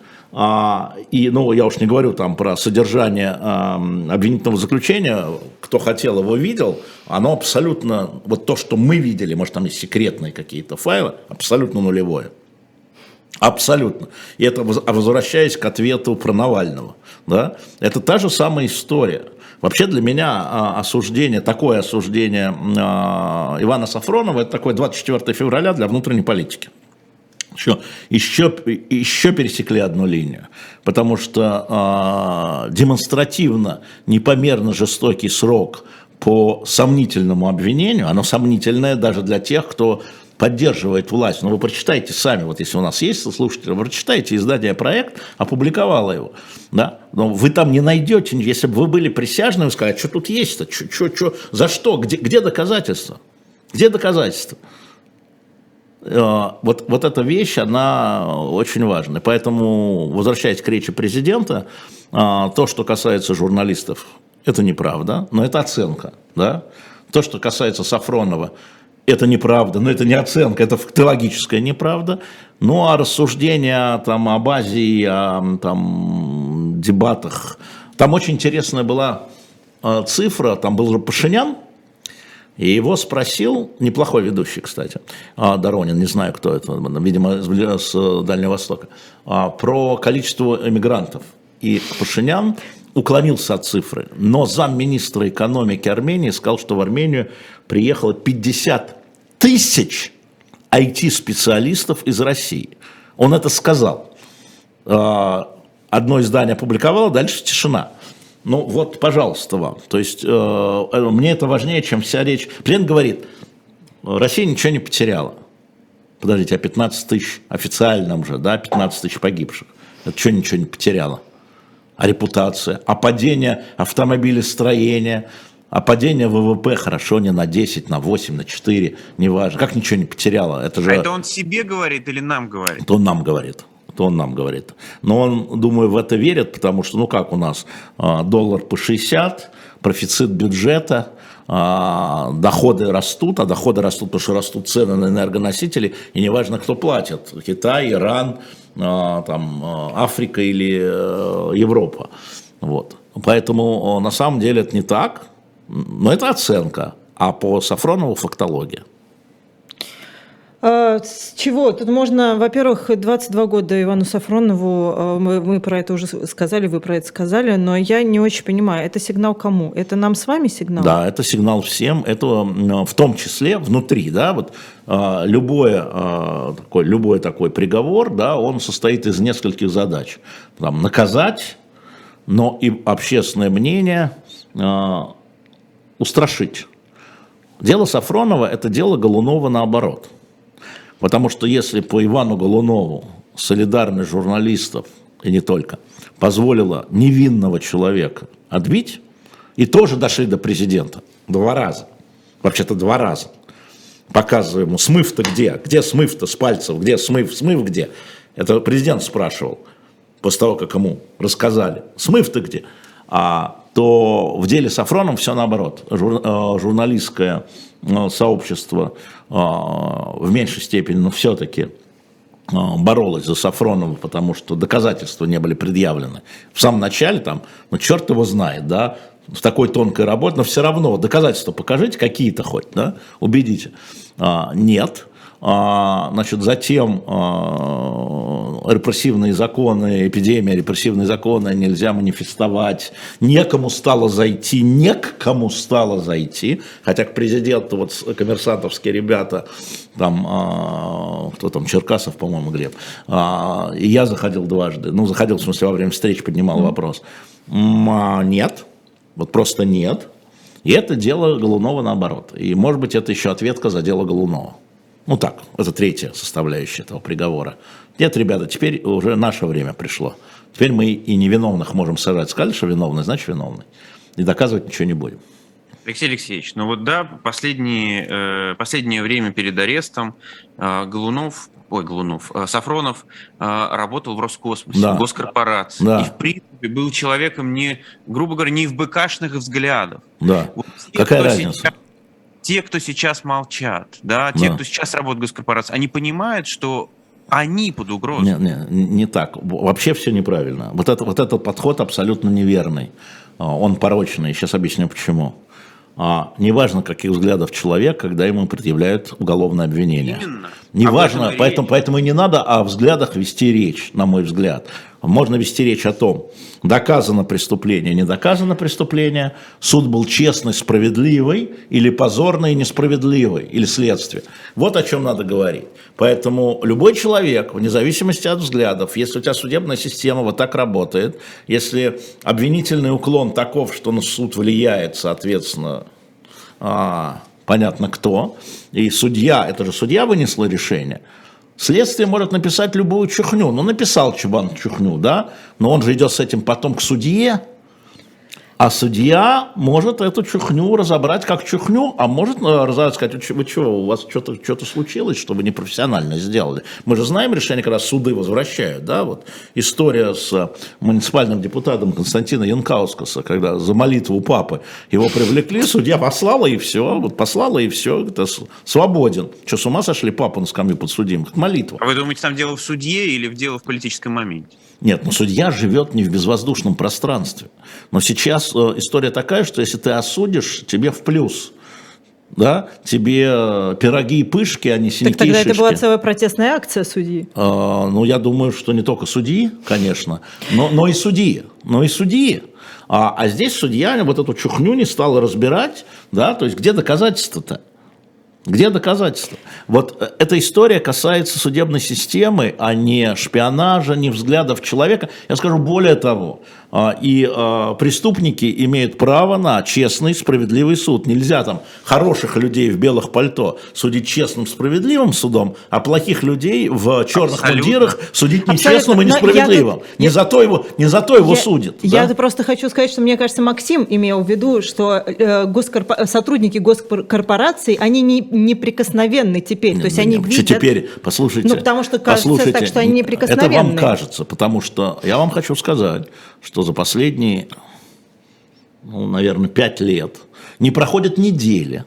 Я уж не говорю там про содержание обвинительного заключения, кто хотел, его видел, оно абсолютно, вот то, что мы видели, может там есть секретные какие-то файлы, абсолютно нулевое. Абсолютно. И это, возвращаясь к ответу про Навального, да, это та же самая история. Вообще для меня такое осуждение Ивана Сафронова, это такое 24 февраля для внутренней политики. Еще пересекли одну линию, потому что демонстративно непомерно жестокий срок по сомнительному обвинению, оно сомнительное даже для тех, кто поддерживает власть, но вы прочитайте сами, вот если у нас есть слушатели, вы прочитайте, издание «Проект» опубликовало его, да, но вы там не найдете, если бы вы были присяжными, сказать, что тут есть-то, за что, где доказательства, где доказательства? Вот эта вещь, она очень важна, поэтому, возвращаясь к речи президента, то, что касается журналистов, это неправда, но это оценка, да, то, что касается Сафронова, это неправда, но это не оценка, это фактологическая неправда. Ну, а рассуждения там, об Азии, о там, дебатах, там очень интересная была цифра, там был же Пашинян, и его спросил, неплохой ведущий, кстати, Доронин, не знаю, кто это, видимо, с Дальнего Востока, про количество эмигрантов. И Пашинян уклонился от цифры, но замминистра экономики Армении сказал, что в Армению приехало 50 тысяч IT-специалистов из России. Он это сказал. Одно издание опубликовало, дальше тишина. Ну вот, пожалуйста, вам. То есть мне это важнее, чем вся речь. Президент говорит, Россия ничего не потеряла. Подождите, а 15 тысяч официальном же, да, 15 тысяч погибших. Это что ничего не потеряло? А репутация, а падение автомобилестроения, а падение ВВП хорошо не на 10, на 8, на 4, неважно. Как ничего не потеряло? Это же... А это он себе говорит или нам говорит? Это он нам говорит. Это он нам говорит. Но он, думаю, в это верит, потому что, ну как у нас, доллар по 60, профицит бюджета, доходы растут, а доходы растут, потому что растут цены на энергоносители, и неважно, кто платит, Китай, Иран, там, Африка или Европа. Вот. Поэтому на самом деле это не так, но это оценка, а по Сафронову фактология. С чего? Тут можно, во-первых, 22 года Ивану Сафронову, мы про это уже сказали, вы про это сказали, но я не очень понимаю, это сигнал кому? Это нам с вами сигнал? Да, это сигнал всем, это в том числе внутри, да, вот любой такой приговор, да, он состоит из нескольких задач. Там, наказать, но и общественное мнение устрашить. Дело Сафронова – это дело Голунова наоборот. Потому что если по Ивану Голунову солидарность журналистов, и не только, позволила невинного человека отбить, и тоже дошли до президента 2 раза, вообще-то 2 раза, показывая ему, смыв-то где? Где смыв-то с пальцев? Где смыв где? Это президент спрашивал, после того, как ему рассказали, смыв-то где? То в деле Сафронова все наоборот. Журналистское сообщество в меньшей степени, но все-таки боролось за Сафронова, потому что доказательства не были предъявлены. В самом начале там, ну черт его знает, да, в такой тонкой работе, но все равно доказательства покажите какие-то хоть, да, убедите. Нет. Значит, затем репрессивные законы, эпидемия, репрессивные законы, нельзя манифестовать, некому стало зайти, хотя к президенту вот коммерсантовские ребята, там, кто там, Черкасов, по-моему, Глеб, и я заходил дважды, ну, заходил, в смысле, во время встреч поднимал вопрос. Нет, вот просто нет, и это дело Голунова наоборот, и, может быть, это еще ответка за дело Голунова. Ну так, это третья составляющая этого приговора. Нет, ребята, теперь уже наше время пришло. Теперь мы и невиновных можем сажать. Сказали, что виновный, значит виновный. И доказывать ничего не будем. Алексей Алексеевич, ну вот да, последнее время перед арестом Сафронов работал в Роскосмосе, да. в госкорпорации. Да. И, в принципе, был человеком, грубо говоря, не в БКшных взглядах. Да. Вот Какая разница? Те, кто сейчас молчат, да, те, кто сейчас работает в госкорпорации, они понимают, что они под угрозой. Не так. Вообще все неправильно. Вот этот подход абсолютно неверный. Он порочный. Сейчас объясню почему. Неважно, каких взглядов человек, когда ему предъявляют уголовное обвинение. Именно. Неважно, поэтому и не надо о взглядах вести речь, на мой взгляд. Можно вести речь о том, доказано преступление, не доказано преступление, суд был честный, справедливый, или позорный и несправедливый, или следствие. Вот о чем надо говорить. Поэтому любой человек, вне зависимости от взглядов, если у тебя судебная система вот так работает, если обвинительный уклон таков, что на суд влияет, соответственно, понятно кто, и судья, это же судья вынесла решение, следствие может написать любую чухню. Ну, написал Чубан чухню, да, но он же идет с этим потом к судье, а судья может эту чухню разобрать как чухню, а может разобрать, сказать, вы что, у вас что-то случилось, что вы непрофессионально сделали. Мы же знаем решение, когда суды возвращают, да, вот история с муниципальным депутатом Константина Янкаускаса, когда за молитву папы его привлекли, судья послала и все, вот послала и все, это свободен. Что, с ума сошли, папу на скамью подсудимых? Молитва. А вы думаете, там дело в судье или дело в политическом моменте? Нет, но судья живет не в безвоздушном пространстве. Но сейчас история такая, что если ты осудишь, тебе в плюс. Да? Тебе пироги и пышки, а не синяки так тогда и шишки. Это была целая протестная акция судьи. Ну, я думаю, что не только судьи, конечно, но и судьи. А здесь судья вот эту чухню не стал разбирать, да, то есть где доказательства-то? Где доказательства? Вот эта история касается судебной системы, а не шпионажа, не взглядов человека. Я скажу более того, и преступники имеют право на честный, справедливый суд. Нельзя там хороших людей в белых пальто судить честным, справедливым судом, а плохих людей в черных мундирах судить нечестным и несправедливым. Не за то его судят. Я просто хочу сказать, что мне кажется, Максим имел в виду, что сотрудники госкорпораций, они неприкосновенны теперь. То есть они видят... Что теперь? Послушайте. Ну, потому что кажется так, что они неприкосновенны. Это вам кажется, потому что я вам хочу сказать, что за последние, наверное, 5 лет не проходит недели,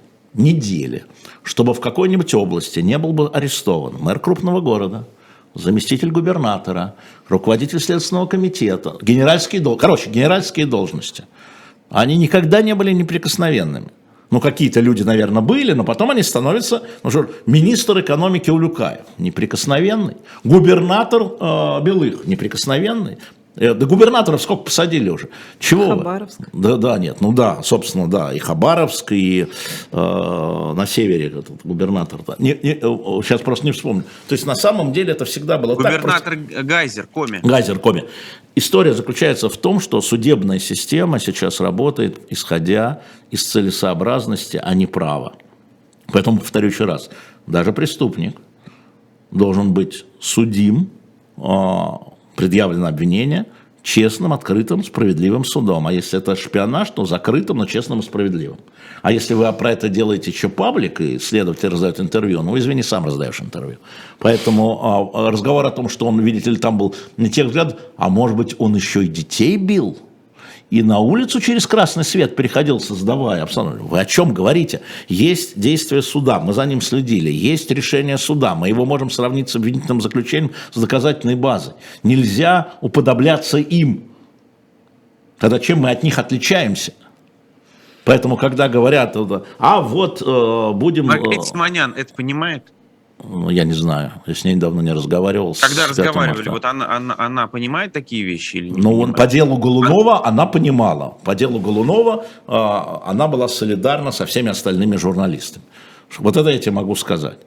чтобы в какой-нибудь области не был бы арестован мэр крупного города, заместитель губернатора, руководитель Следственного комитета, генеральские должности. Они никогда не были неприкосновенными. Ну, какие-то люди, наверное, были, но потом они становятся, министр экономики Улюкаев, неприкосновенный, губернатор Белых, неприкосновенный. Да губернаторов сколько посадили уже? Чего Хабаровск. Собственно, да, и Хабаровск, и на севере этот губернатор. Да. Сейчас просто не вспомню. То есть, на самом деле, это всегда было губернатор так. Губернатор Гайзер Коми. История заключается в том, что судебная система сейчас работает, исходя из целесообразности, а не права. Поэтому, повторю еще раз, даже преступник должен быть судим, предъявлено обвинение честным, открытым, справедливым судом. А если это шпионаж, то закрытым, но честным и справедливым. А если вы про это делаете еще паблик, и следователь раздает интервью, извини, сам раздаешь интервью. Поэтому разговор о том, что он, видите ли, там был не тех взглядов, а может быть, он еще и детей бил, и на улицу через красный свет переходил, создавая обстановку. Вы о чем говорите? Есть действие суда, мы за ним следили, есть решение суда, мы его можем сравнить с обвинительным заключением, с доказательной базой. Нельзя уподобляться им, тогда чем мы от них отличаемся? Поэтому, когда говорят, будем... Маргарита Симонян это понимает? Я не знаю, я с ней давно не разговаривал. Когда разговаривали, вот она понимает такие вещи или не понимает? По делу Голунова она понимала. По делу Голунова она была солидарна со всеми остальными журналистами. Вот это я тебе могу сказать.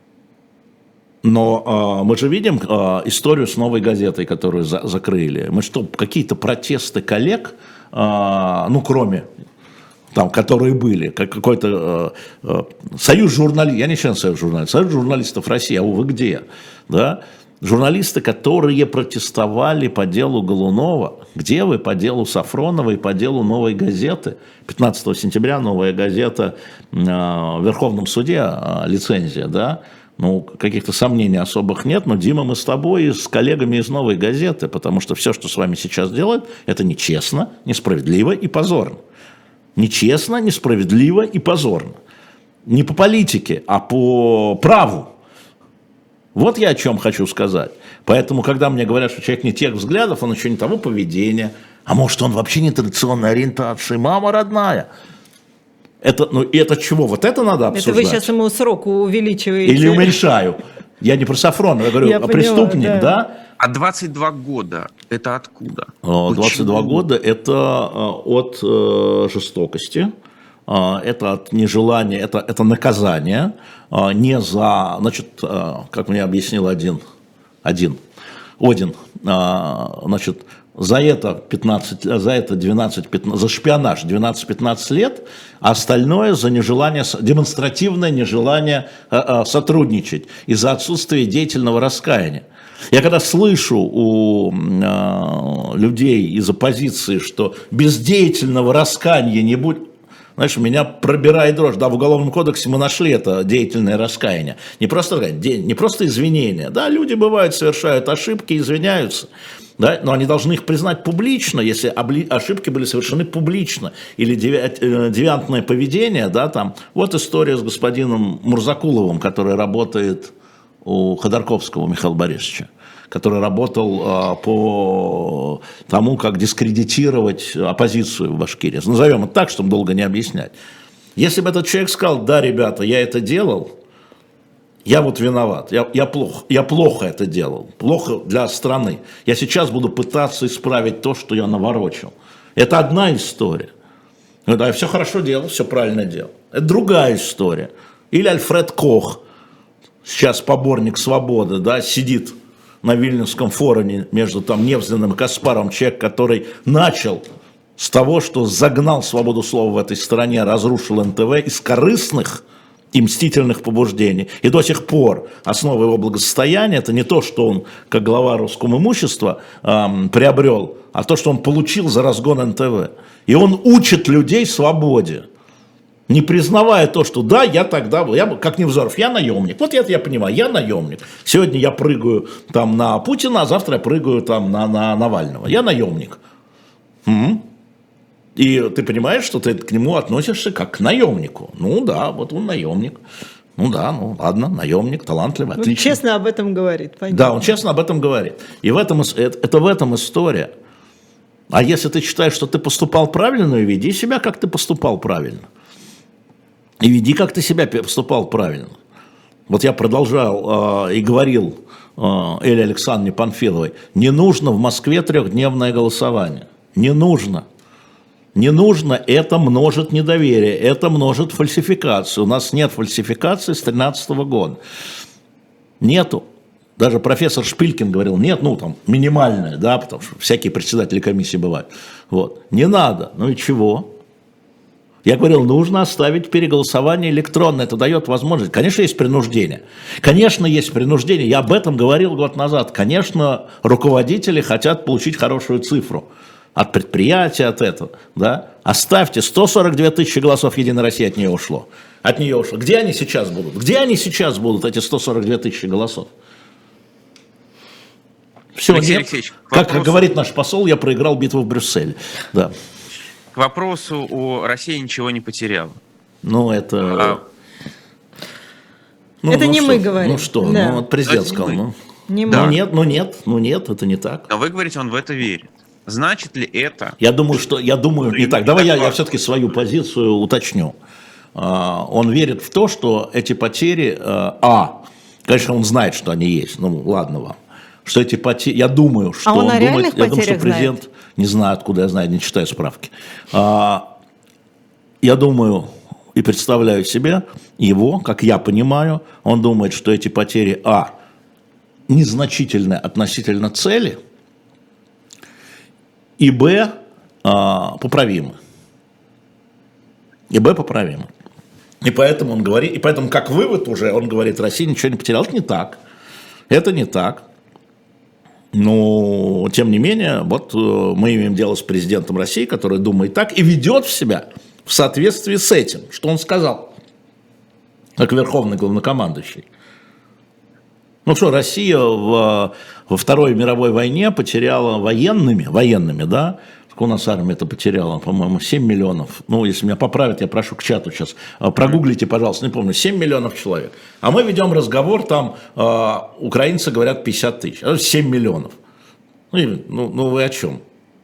Но мы же видим историю с «Новой газетой», которую закрыли. Мы что, какие-то протесты коллег, кроме... Там, которые были, какой-то союз журналистов, я не член союза журналистов, союз журналистов России, а вы где? Да? Журналисты, которые протестовали по делу Голунова, где вы по делу Сафронова и по делу «Новой газеты», 15 сентября «Новая газета» в Верховном суде, лицензия, да? Каких-то сомнений особых нет, но, Дима, мы с тобой и с коллегами из «Новой газеты», потому что все, что с вами сейчас делают, это нечестно, несправедливо и позорно. Нечестно, несправедливо и позорно. Не по политике, а по праву. Вот я о чем хочу сказать. Поэтому, когда мне говорят, что человек не тех взглядов, он еще не того поведения, а может, он вообще не традиционной ориентации, мама родная. Это чего? Вот это надо обсуждать. Это вы сейчас ему срок увеличиваете. Или уменьшаю. Я не про Сафронова, я говорю, преступник, да? А 22 года это откуда? 22 года это от жестокости, это от нежелания, это наказание, не за, как мне объяснил Один, за это 12-15, за шпионаж 12-15 лет, а остальное за нежелание, демонстративное нежелание сотрудничать из-за отсутствия деятельного раскаяния. Я когда слышу у людей из оппозиции, что без деятельного раскаяния не будет, знаешь, меня пробирает дрожь. Да, в Уголовном кодексе мы нашли это деятельное раскаяние. Не просто извинения. Да, люди бывают, совершают ошибки, извиняются. Да, но они должны их признать публично, если ошибки были совершены публично. Или девиантное поведение, да, там. Вот история с господином Мурзакуловым, который работает у Ходорковского Михаила Борисовича, который работал по тому, как дискредитировать оппозицию в Башкирии. Назовем это так, чтобы долго не объяснять. Если бы этот человек сказал: да, ребята, я это делал, я вот виноват, я плохо это делал, плохо для страны. Я сейчас буду пытаться исправить то, что я наворочил. Это одна история. Да, я все хорошо делал, все правильно делал. Это другая история. Или Альфред Кох, сейчас поборник свободы, да, сидит на Вильнюсском форуме между там Невзлиным и Каспаровым, человек, который начал с того, что загнал свободу слова в этой стране, разрушил НТВ из корыстных и мстительных побуждений. И до сих пор основа его благосостояния — это не то, что он, как глава Роскомимущества, приобрел, а то, что он получил за разгон НТВ. И он учит людей свободе, не признавая то, что да, я тогда был, как Невзоров, я наемник. Вот это я понимаю, я наемник. Сегодня я прыгаю там на Путина, а завтра я прыгаю там на Навального. Я наемник. И ты понимаешь, что ты к нему относишься как к наемнику. Ну да, вот он наемник. Ну да, ну ладно, наемник, талантливый, отлично. Он честно об этом говорит, понятно. Да, он честно об этом говорит. И в этом история. А если ты считаешь, что ты поступал правильно, веди себя, как ты поступал правильно. И веди, как ты себя поступал правильно. Вот я продолжал и говорил Элле Александровне Панфиловой: не нужно в Москве 3-дневное голосование. Не нужно. Не нужно, это множит недоверие, это множит фальсификацию. У нас нет фальсификации с 2013 года. Нету. Даже профессор Шпилькин говорил: нет, ну там минимальное, да, потому что всякие председатели комиссии бывают. Вот. Не надо. Ну и чего? Я говорил, нужно оставить переголосование электронное, это дает возможность. Конечно, есть принуждение. Конечно, есть принуждение. Я об этом говорил год назад. Конечно, руководители хотят получить хорошую цифру от предприятия, от этого. Да? Оставьте, 142 тысячи голосов Единой России от нее ушло. От нее ушло. Где они сейчас будут? Где они сейчас будут, эти 142 тысячи голосов? Все, Алексей, как говорит наш посол, я проиграл битву в Брюсселе. Да. К вопросу Россия ничего не потеряла. Ну, это... это не мы говорим. Ну что, да. Ну, президент сказал. Не мы. Ну нет, это не так. Но вы говорите, он в это верит. Значит ли это... Я думаю, не так. Давай я все-таки свою позицию уточню. Он верит в то, что эти потери... Конечно, он знает, что они есть. Ну, ладно вам. Что эти потери... Я думаю, что он думает... Я думаю, что президент... Знает. Не знаю, откуда я знаю, не читаю справки. Я думаю и представляю себе его, как я понимаю, он думает, что эти потери, незначительны относительно цели, и поправимы. И поэтому он говорит, и поэтому как вывод уже, он говорит, Россия ничего не потеряла. Это не так. Это не так. Но, тем не менее, вот мы имеем дело с президентом России, который думает так и ведет себя в соответствии с этим, что он сказал, как верховный главнокомандующий. Ну что, Россия во Второй мировой войне потеряла военными, да, у нас армия-то потеряла, по-моему, 7 миллионов. Ну, если меня поправят, я прошу к чату сейчас. Прогуглите, пожалуйста, не помню, 7 миллионов человек. А мы ведем разговор, там украинцы говорят 50 тысяч, 7 миллионов. Ну вы о чем?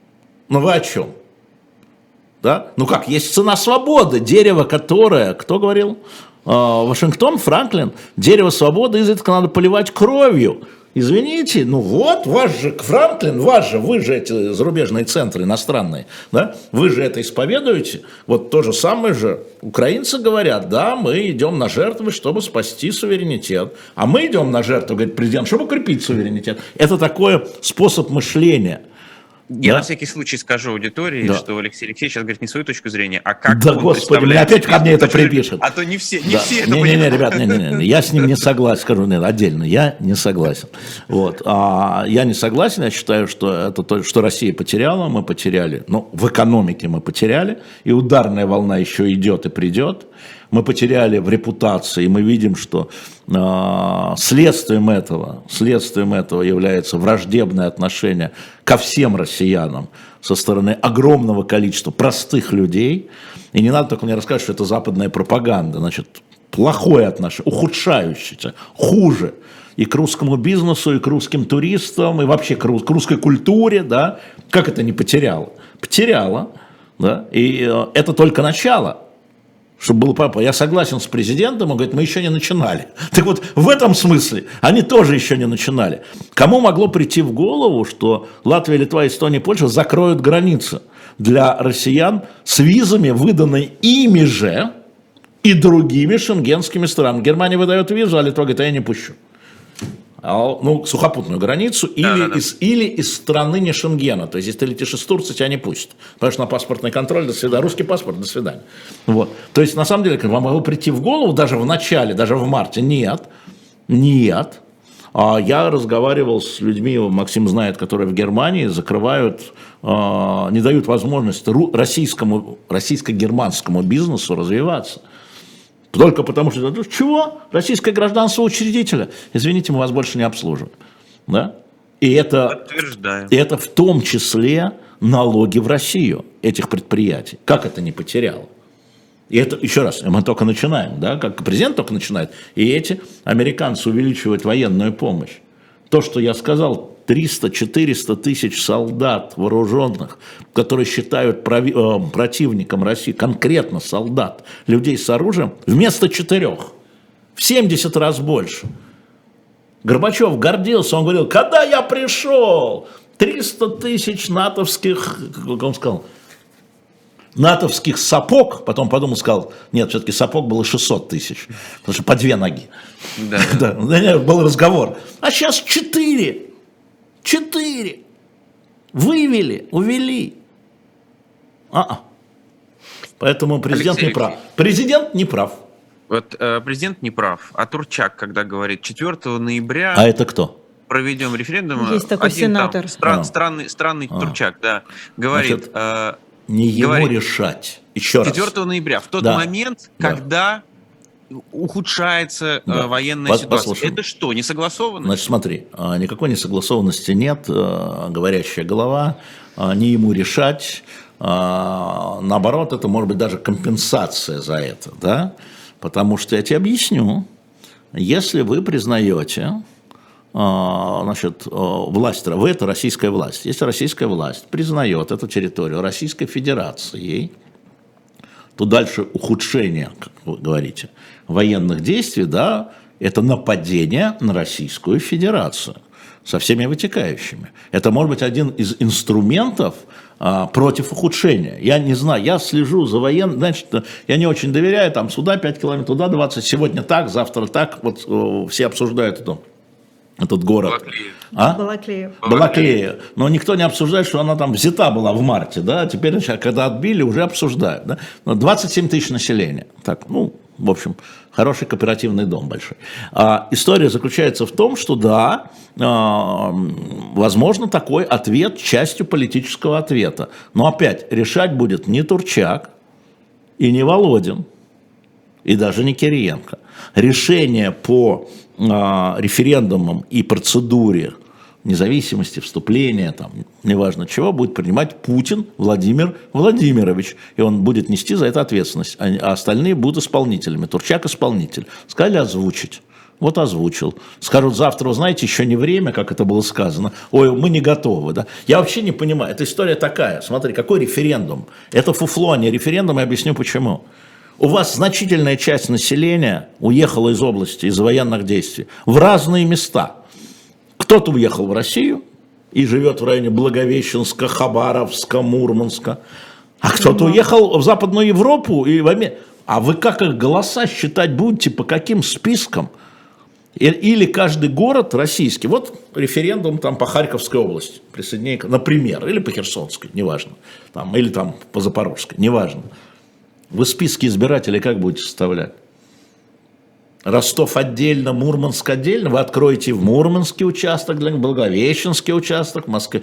Да? Ну как, есть цена свободы, дерево, которое, кто говорил? Вашингтон, Франклин, дерево свободы изредка надо поливать кровью. Извините, ну вот, ваш же Франклин, вы же эти зарубежные центры иностранные, да, вы же это исповедуете, вот то же самое же украинцы говорят, да, мы идем на жертвы, чтобы спасти суверенитет, а мы идем на жертву, говорит президент, чтобы укрепить суверенитет. Это такой способ мышления. Я на всякий случай скажу аудитории, что Алексей Алексеевич сейчас говорит не свою точку зрения, а как да, он господи, мне опять ко мне это припишет. А то не все это понимают. Не, ребят, я с ним не согласен, скажу отдельно, я не согласен. Вот. Я не согласен, я считаю, что это то, что Россия потеряла, мы потеряли, в экономике мы потеряли, и ударная волна еще идет и придет. Мы потеряли в репутации, и мы видим, что следствием этого является враждебное отношение ко всем россиянам со стороны огромного количества простых людей. И не надо только мне рассказывать, что это западная пропаганда, значит, плохое отношение, ухудшающееся, хуже и к русскому бизнесу, и к русским туристам, и вообще к русской культуре, да, как это не потеряло? Потеряло, да, и это только начало. Чтобы было понятно, я согласен с президентом, он говорит, мы еще не начинали. Так вот, в этом смысле они тоже еще не начинали. Кому могло прийти в голову, что Латвия, Литва, Эстония, Польша закроют границы для россиян с визами, выданной ими же и другими шенгенскими странами. Германия выдает визу, а Литва говорит, а я не пущу. Сухопутную границу или из страны не Шенгена. То есть, если ты летишь из Турции, тебя не пустят. Потому что на паспортный контроль, до свидания. Русский паспорт, до свидания. Вот. То есть, на самом деле, вам могло прийти в голову, даже в начале, даже в марте, нет. Я разговаривал с людьми, Максим знает, которые в Германии закрывают, не дают возможность российско-германскому бизнесу развиваться. Только потому что, чего? Российское гражданство учредителя. Извините, мы вас больше не обслуживаем. Да? И это в том числе налоги в Россию этих предприятий. Как это не потеряло? И это, еще раз, мы только начинаем, да? Как президент только начинает. И эти американцы увеличивают военную помощь. То, что я сказал, 300-400 тысяч солдат вооруженных, которые считают противником России, конкретно солдат, людей с оружием, вместо 4, в 70 раз больше. Горбачев гордился, он говорил, когда я пришел, 300 тысяч натовских, как он сказал, натовских сапог, потом подумал, сказал, нет, все-таки сапог было 600 тысяч, потому что по 2 ноги. Да. Был разговор. А сейчас 4 увели. Поэтому президент не прав. Президент не прав. Вот президент не прав. А Турчак, когда говорит 4 ноября... А это кто? Проведем референдум. Есть такой сенатор. Странный Турчак, да. Говорит... не ему решать. Еще 4 ноября, в тот момент, когда ухудшается военная ситуация. Послушаем. Это что, несогласованность? Значит, смотри, никакой несогласованности нет, говорящая голова, не ему решать, наоборот, это может быть даже компенсация за это, да? Потому что я тебе объясню, если вы признаете, значит, власть, вы это российская власть, если российская власть признает эту территорию Российской Федерацией, то дальше ухудшение, как вы говорите, военных действий, да, это нападение на Российскую Федерацию со всеми вытекающими. Это может быть один из инструментов против ухудшения. Я не знаю, я слежу за военным, значит, я не очень доверяю, там сюда 5 километров, туда 20, сегодня так, завтра так, вот все обсуждают этот город. Балаклея. Но никто не обсуждает, что она там взята была в марте, да, теперь, когда отбили, уже обсуждают, да. 27 тысяч населения. Так, в общем, хороший кооперативный дом большой. История заключается в том, что да, возможно, такой ответ частью политического ответа. Но опять, решать будет не Турчак и не Володин, и даже не Кириенко. Решение по референдумам и процедуре независимости, вступления, там, неважно чего, будет принимать Путин Владимир Владимирович. И он будет нести за это ответственность. А остальные будут исполнителями. Турчак исполнитель. Сказали озвучить. Вот озвучил. Скажут завтра, вы знаете, еще не время, как это было сказано. Ой, мы не готовы. Да? Я вообще не понимаю. Эта история такая. Смотри, какой референдум? Это фуфло, а не референдум. Я объясню почему. У вас значительная часть населения уехала из области, из военных действий в разные места. Кто-то уехал в Россию и живет в районе Благовещенска, Хабаровска, Мурманска. А кто-то уехал в Западную Европу и в Америку. А вы как их голоса считать будете, по каким спискам? Или каждый город российский, вот референдум там по Харьковской области, присоединение, например, или по Херсонской, неважно, там, или там по Запорожской, неважно. Вы списки избирателей как будете составлять? Ростов отдельно, Мурманск отдельно, вы откроете в Мурманске участок, Благовещенский участок, в Москве,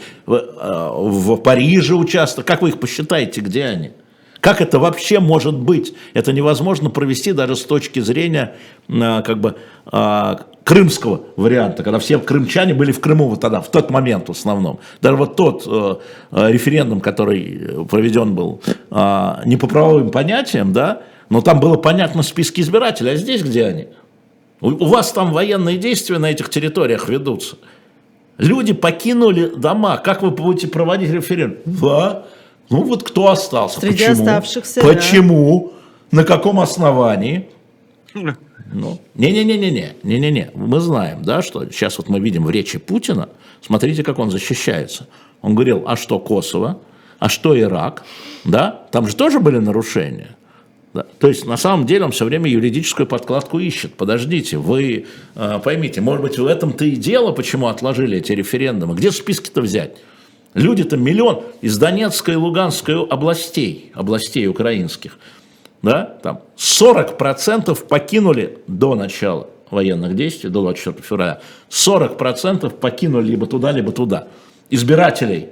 в Париже участок, как вы их посчитаете, где они? Как это вообще может быть? Это невозможно провести даже с точки зрения как бы, крымского варианта, когда все крымчане были в Крыму вот тогда, в тот момент в основном. Даже вот тот референдум, который проведен был не по правовым понятиям, да, но там было понятно списки избирателей, а здесь где они? У вас там военные действия на этих территориях ведутся. Люди покинули дома, как вы будете проводить референдум? Да. Ну вот кто остался? Среди Почему? оставшихся, Почему? Да. На каком основании? Ну, не-не-не-не-не. Мы знаем, да, что сейчас вот мы видим в речи Путина, смотрите, как он защищается. Он говорил, а что Косово? А что Ирак? Да? Там же тоже были нарушения. Да. То есть, на самом деле, он все время юридическую подкладку ищет. Подождите, вы поймите, может быть, в этом-то и дело, почему отложили эти референдумы. Где списки-то взять? Люди-то миллион из Донецкой и Луганской областей украинских, да, там 40% покинули до начала военных действий, до 24 февраля, 40% покинули либо туда, избирателей.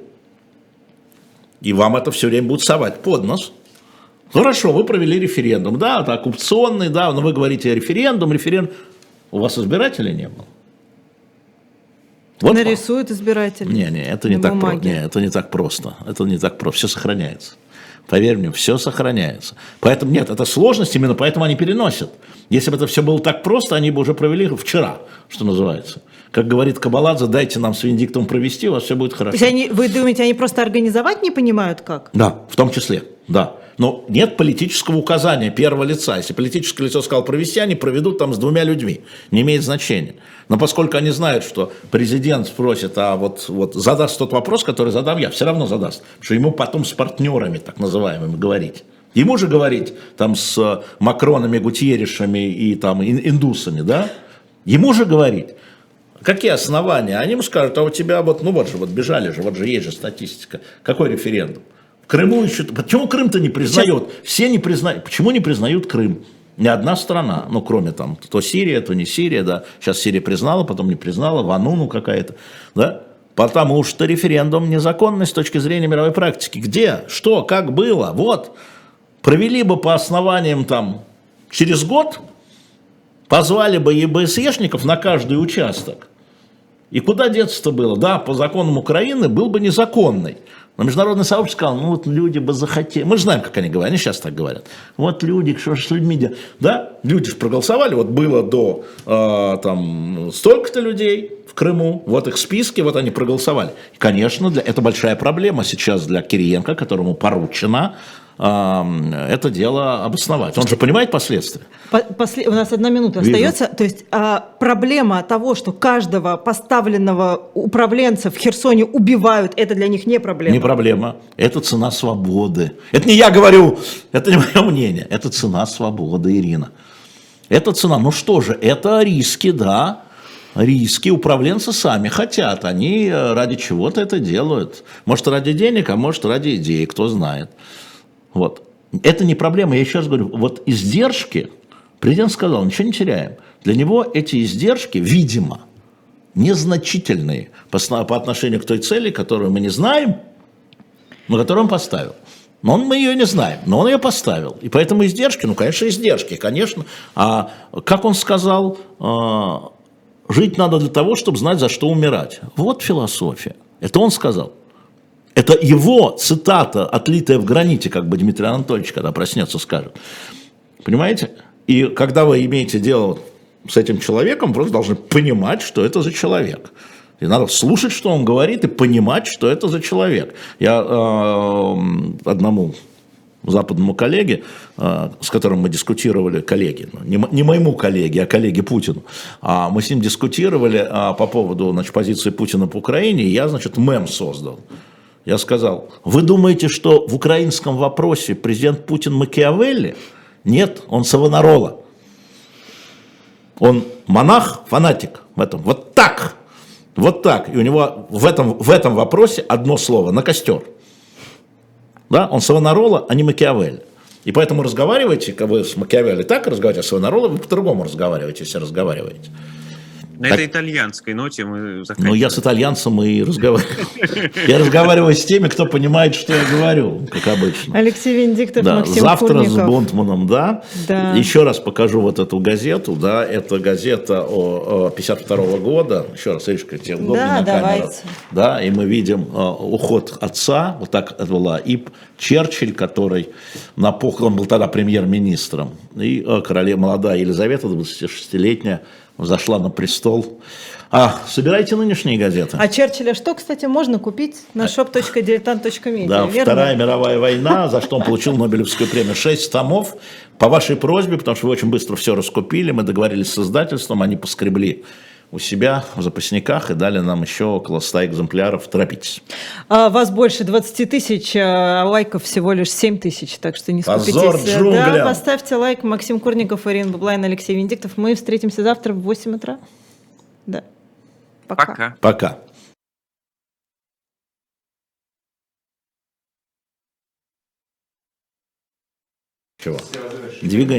И вам это все время будут совать под нос. Хорошо, вы провели референдум, да, это оккупационный, да, но вы говорите референдум, у вас избирателей не было. Вот нарисуют избирателей. Не, это не так просто. Не, это не так просто. Это не так просто. Все сохраняется. Поверь мне, все сохраняется. Поэтому нет, это сложность, именно поэтому они переносят. Если бы это все было так просто, они бы уже провели вчера, что называется. Как говорит Кабаладзе, дайте нам с Венедиктом провести, у вас все будет хорошо. То есть вы думаете, они просто организовать не понимают как? Да, в том числе, да. Но нет политического указания первого лица. Если политическое лицо сказал провести, они проведут там с 2 людьми. Не имеет значения. Но поскольку они знают, что президент спросит, а вот задаст тот вопрос, который задам я, все равно задаст. Потому что ему потом с партнерами, так называемыми, говорить. Ему же говорить там с Макронами, Гутьерришами и там индусами, да? Ему же говорить. Какие основания? Они ему скажут, а у тебя вот бежали же, вот же есть же статистика. Какой референдум? Крыму еще... Почему Крым-то не признает? Все не признают. Почему не признают Крым? Ни одна страна, ну, кроме там, то Сирия, то не Сирия, да. Сейчас Сирия признала, потом не признала, Вануну какая-то, да. Потому что референдум незаконный с точки зрения мировой практики. Где? Что? Как было? Вот. Провели бы по основаниям там через год, позвали бы ЕБСЕшников на каждый участок. И куда деться-то было? Да, по законам Украины был бы незаконный. Но международное сообщество сказало, ну вот люди бы захотели. Мы же знаем, как они говорят, они сейчас так говорят. Вот люди, что же с людьми делать? Да, люди же проголосовали, вот было до там столько-то людей в Крыму, вот их списки, вот они проголосовали. И, конечно, это большая проблема сейчас для Кириенко, которому поручено это дело обосновать. Он же понимает последствия. У нас 1 минута остается. То есть проблема того, что каждого поставленного управленца в Херсоне убивают, это для них не проблема. Не проблема. Это цена свободы. Это не я говорю, это не мое мнение. Это цена свободы, Ирина. Это цена. Ну что же, это риски, да. Риски управленцы сами хотят. Они ради чего-то это делают. Может, ради денег, а может, ради идеи, кто знает. Вот. Это не проблема, я еще раз говорю, вот издержки, президент сказал, ничего не теряем. Для него эти издержки, видимо, незначительные по отношению к той цели, которую мы не знаем, но которую он поставил. Но мы ее не знаем, но он ее поставил. И поэтому издержки, ну, конечно, издержки, конечно. А как он сказал, жить надо для того, чтобы знать, за что умирать. Вот философия. Это он сказал. Это его цитата, отлитая в граните, как бы Дмитрий Анатольевич, когда проснется, скажет. Понимаете? И когда вы имеете дело с этим человеком, просто должны понимать, что это за человек. И надо слушать, что он говорит, и понимать, что это за человек. Я одному западному коллеге, с которым мы дискутировали, коллеге, не моему коллеге, а коллеге Путину, мы с ним дискутировали по поводу, значит, позиции Путина по Украине, и я, значит, мем создал. Я сказал, вы думаете, что в украинском вопросе президент Путин Макиавелли? Нет, он Савонарола. Он монах, фанатик в этом. Вот так. Вот так. И у него в этом вопросе одно слово – на костер. Да? Он Савонарола, а не Макиавелли. И поэтому разговариваете, как вы с Макиавелли так разговариваете, а Савонарола вы по-другому разговариваете, если разговариваете. На этой итальянской ноте мы заканчиваем. Ну, я с итальянцем и разговариваю. Я разговариваю с теми, кто понимает, что я говорю, как обычно. Алексей Венедиктов, Да, Максим завтра Курников. с Бунтманом, да. Да. Еще раз покажу вот эту газету, да, это газета о 52 года. Еще раз, Иришка, тебе удобно Да, на камеру. давайте. Да, и мы видим уход отца, вот так это была, и Черчилль, который на похорон, он был тогда премьер-министром, и королева молодая Елизавета, 26-летняя, взошла на престол. Собирайте нынешние газеты. А Черчилля что, кстати, можно купить на shop.diletant.media, Да, верно? Вторая мировая война, за что он получил Нобелевскую премию. 6 томов. По вашей просьбе, потому что вы очень быстро все раскупили, мы договорились с издательством, они поскребли у себя в запасниках и дали нам еще около 100 экземпляров. Торопитесь. Вас больше 20 тысяч, а лайков всего лишь 7 тысяч, так что не скупитесь. Позор джунглям. Да, поставьте лайк. Максим Курников, Ирина Баблайн, Алексей Венедиктов. Мы встретимся завтра в 8 утра. Да. Пока. Пока. Чего? Двигаем.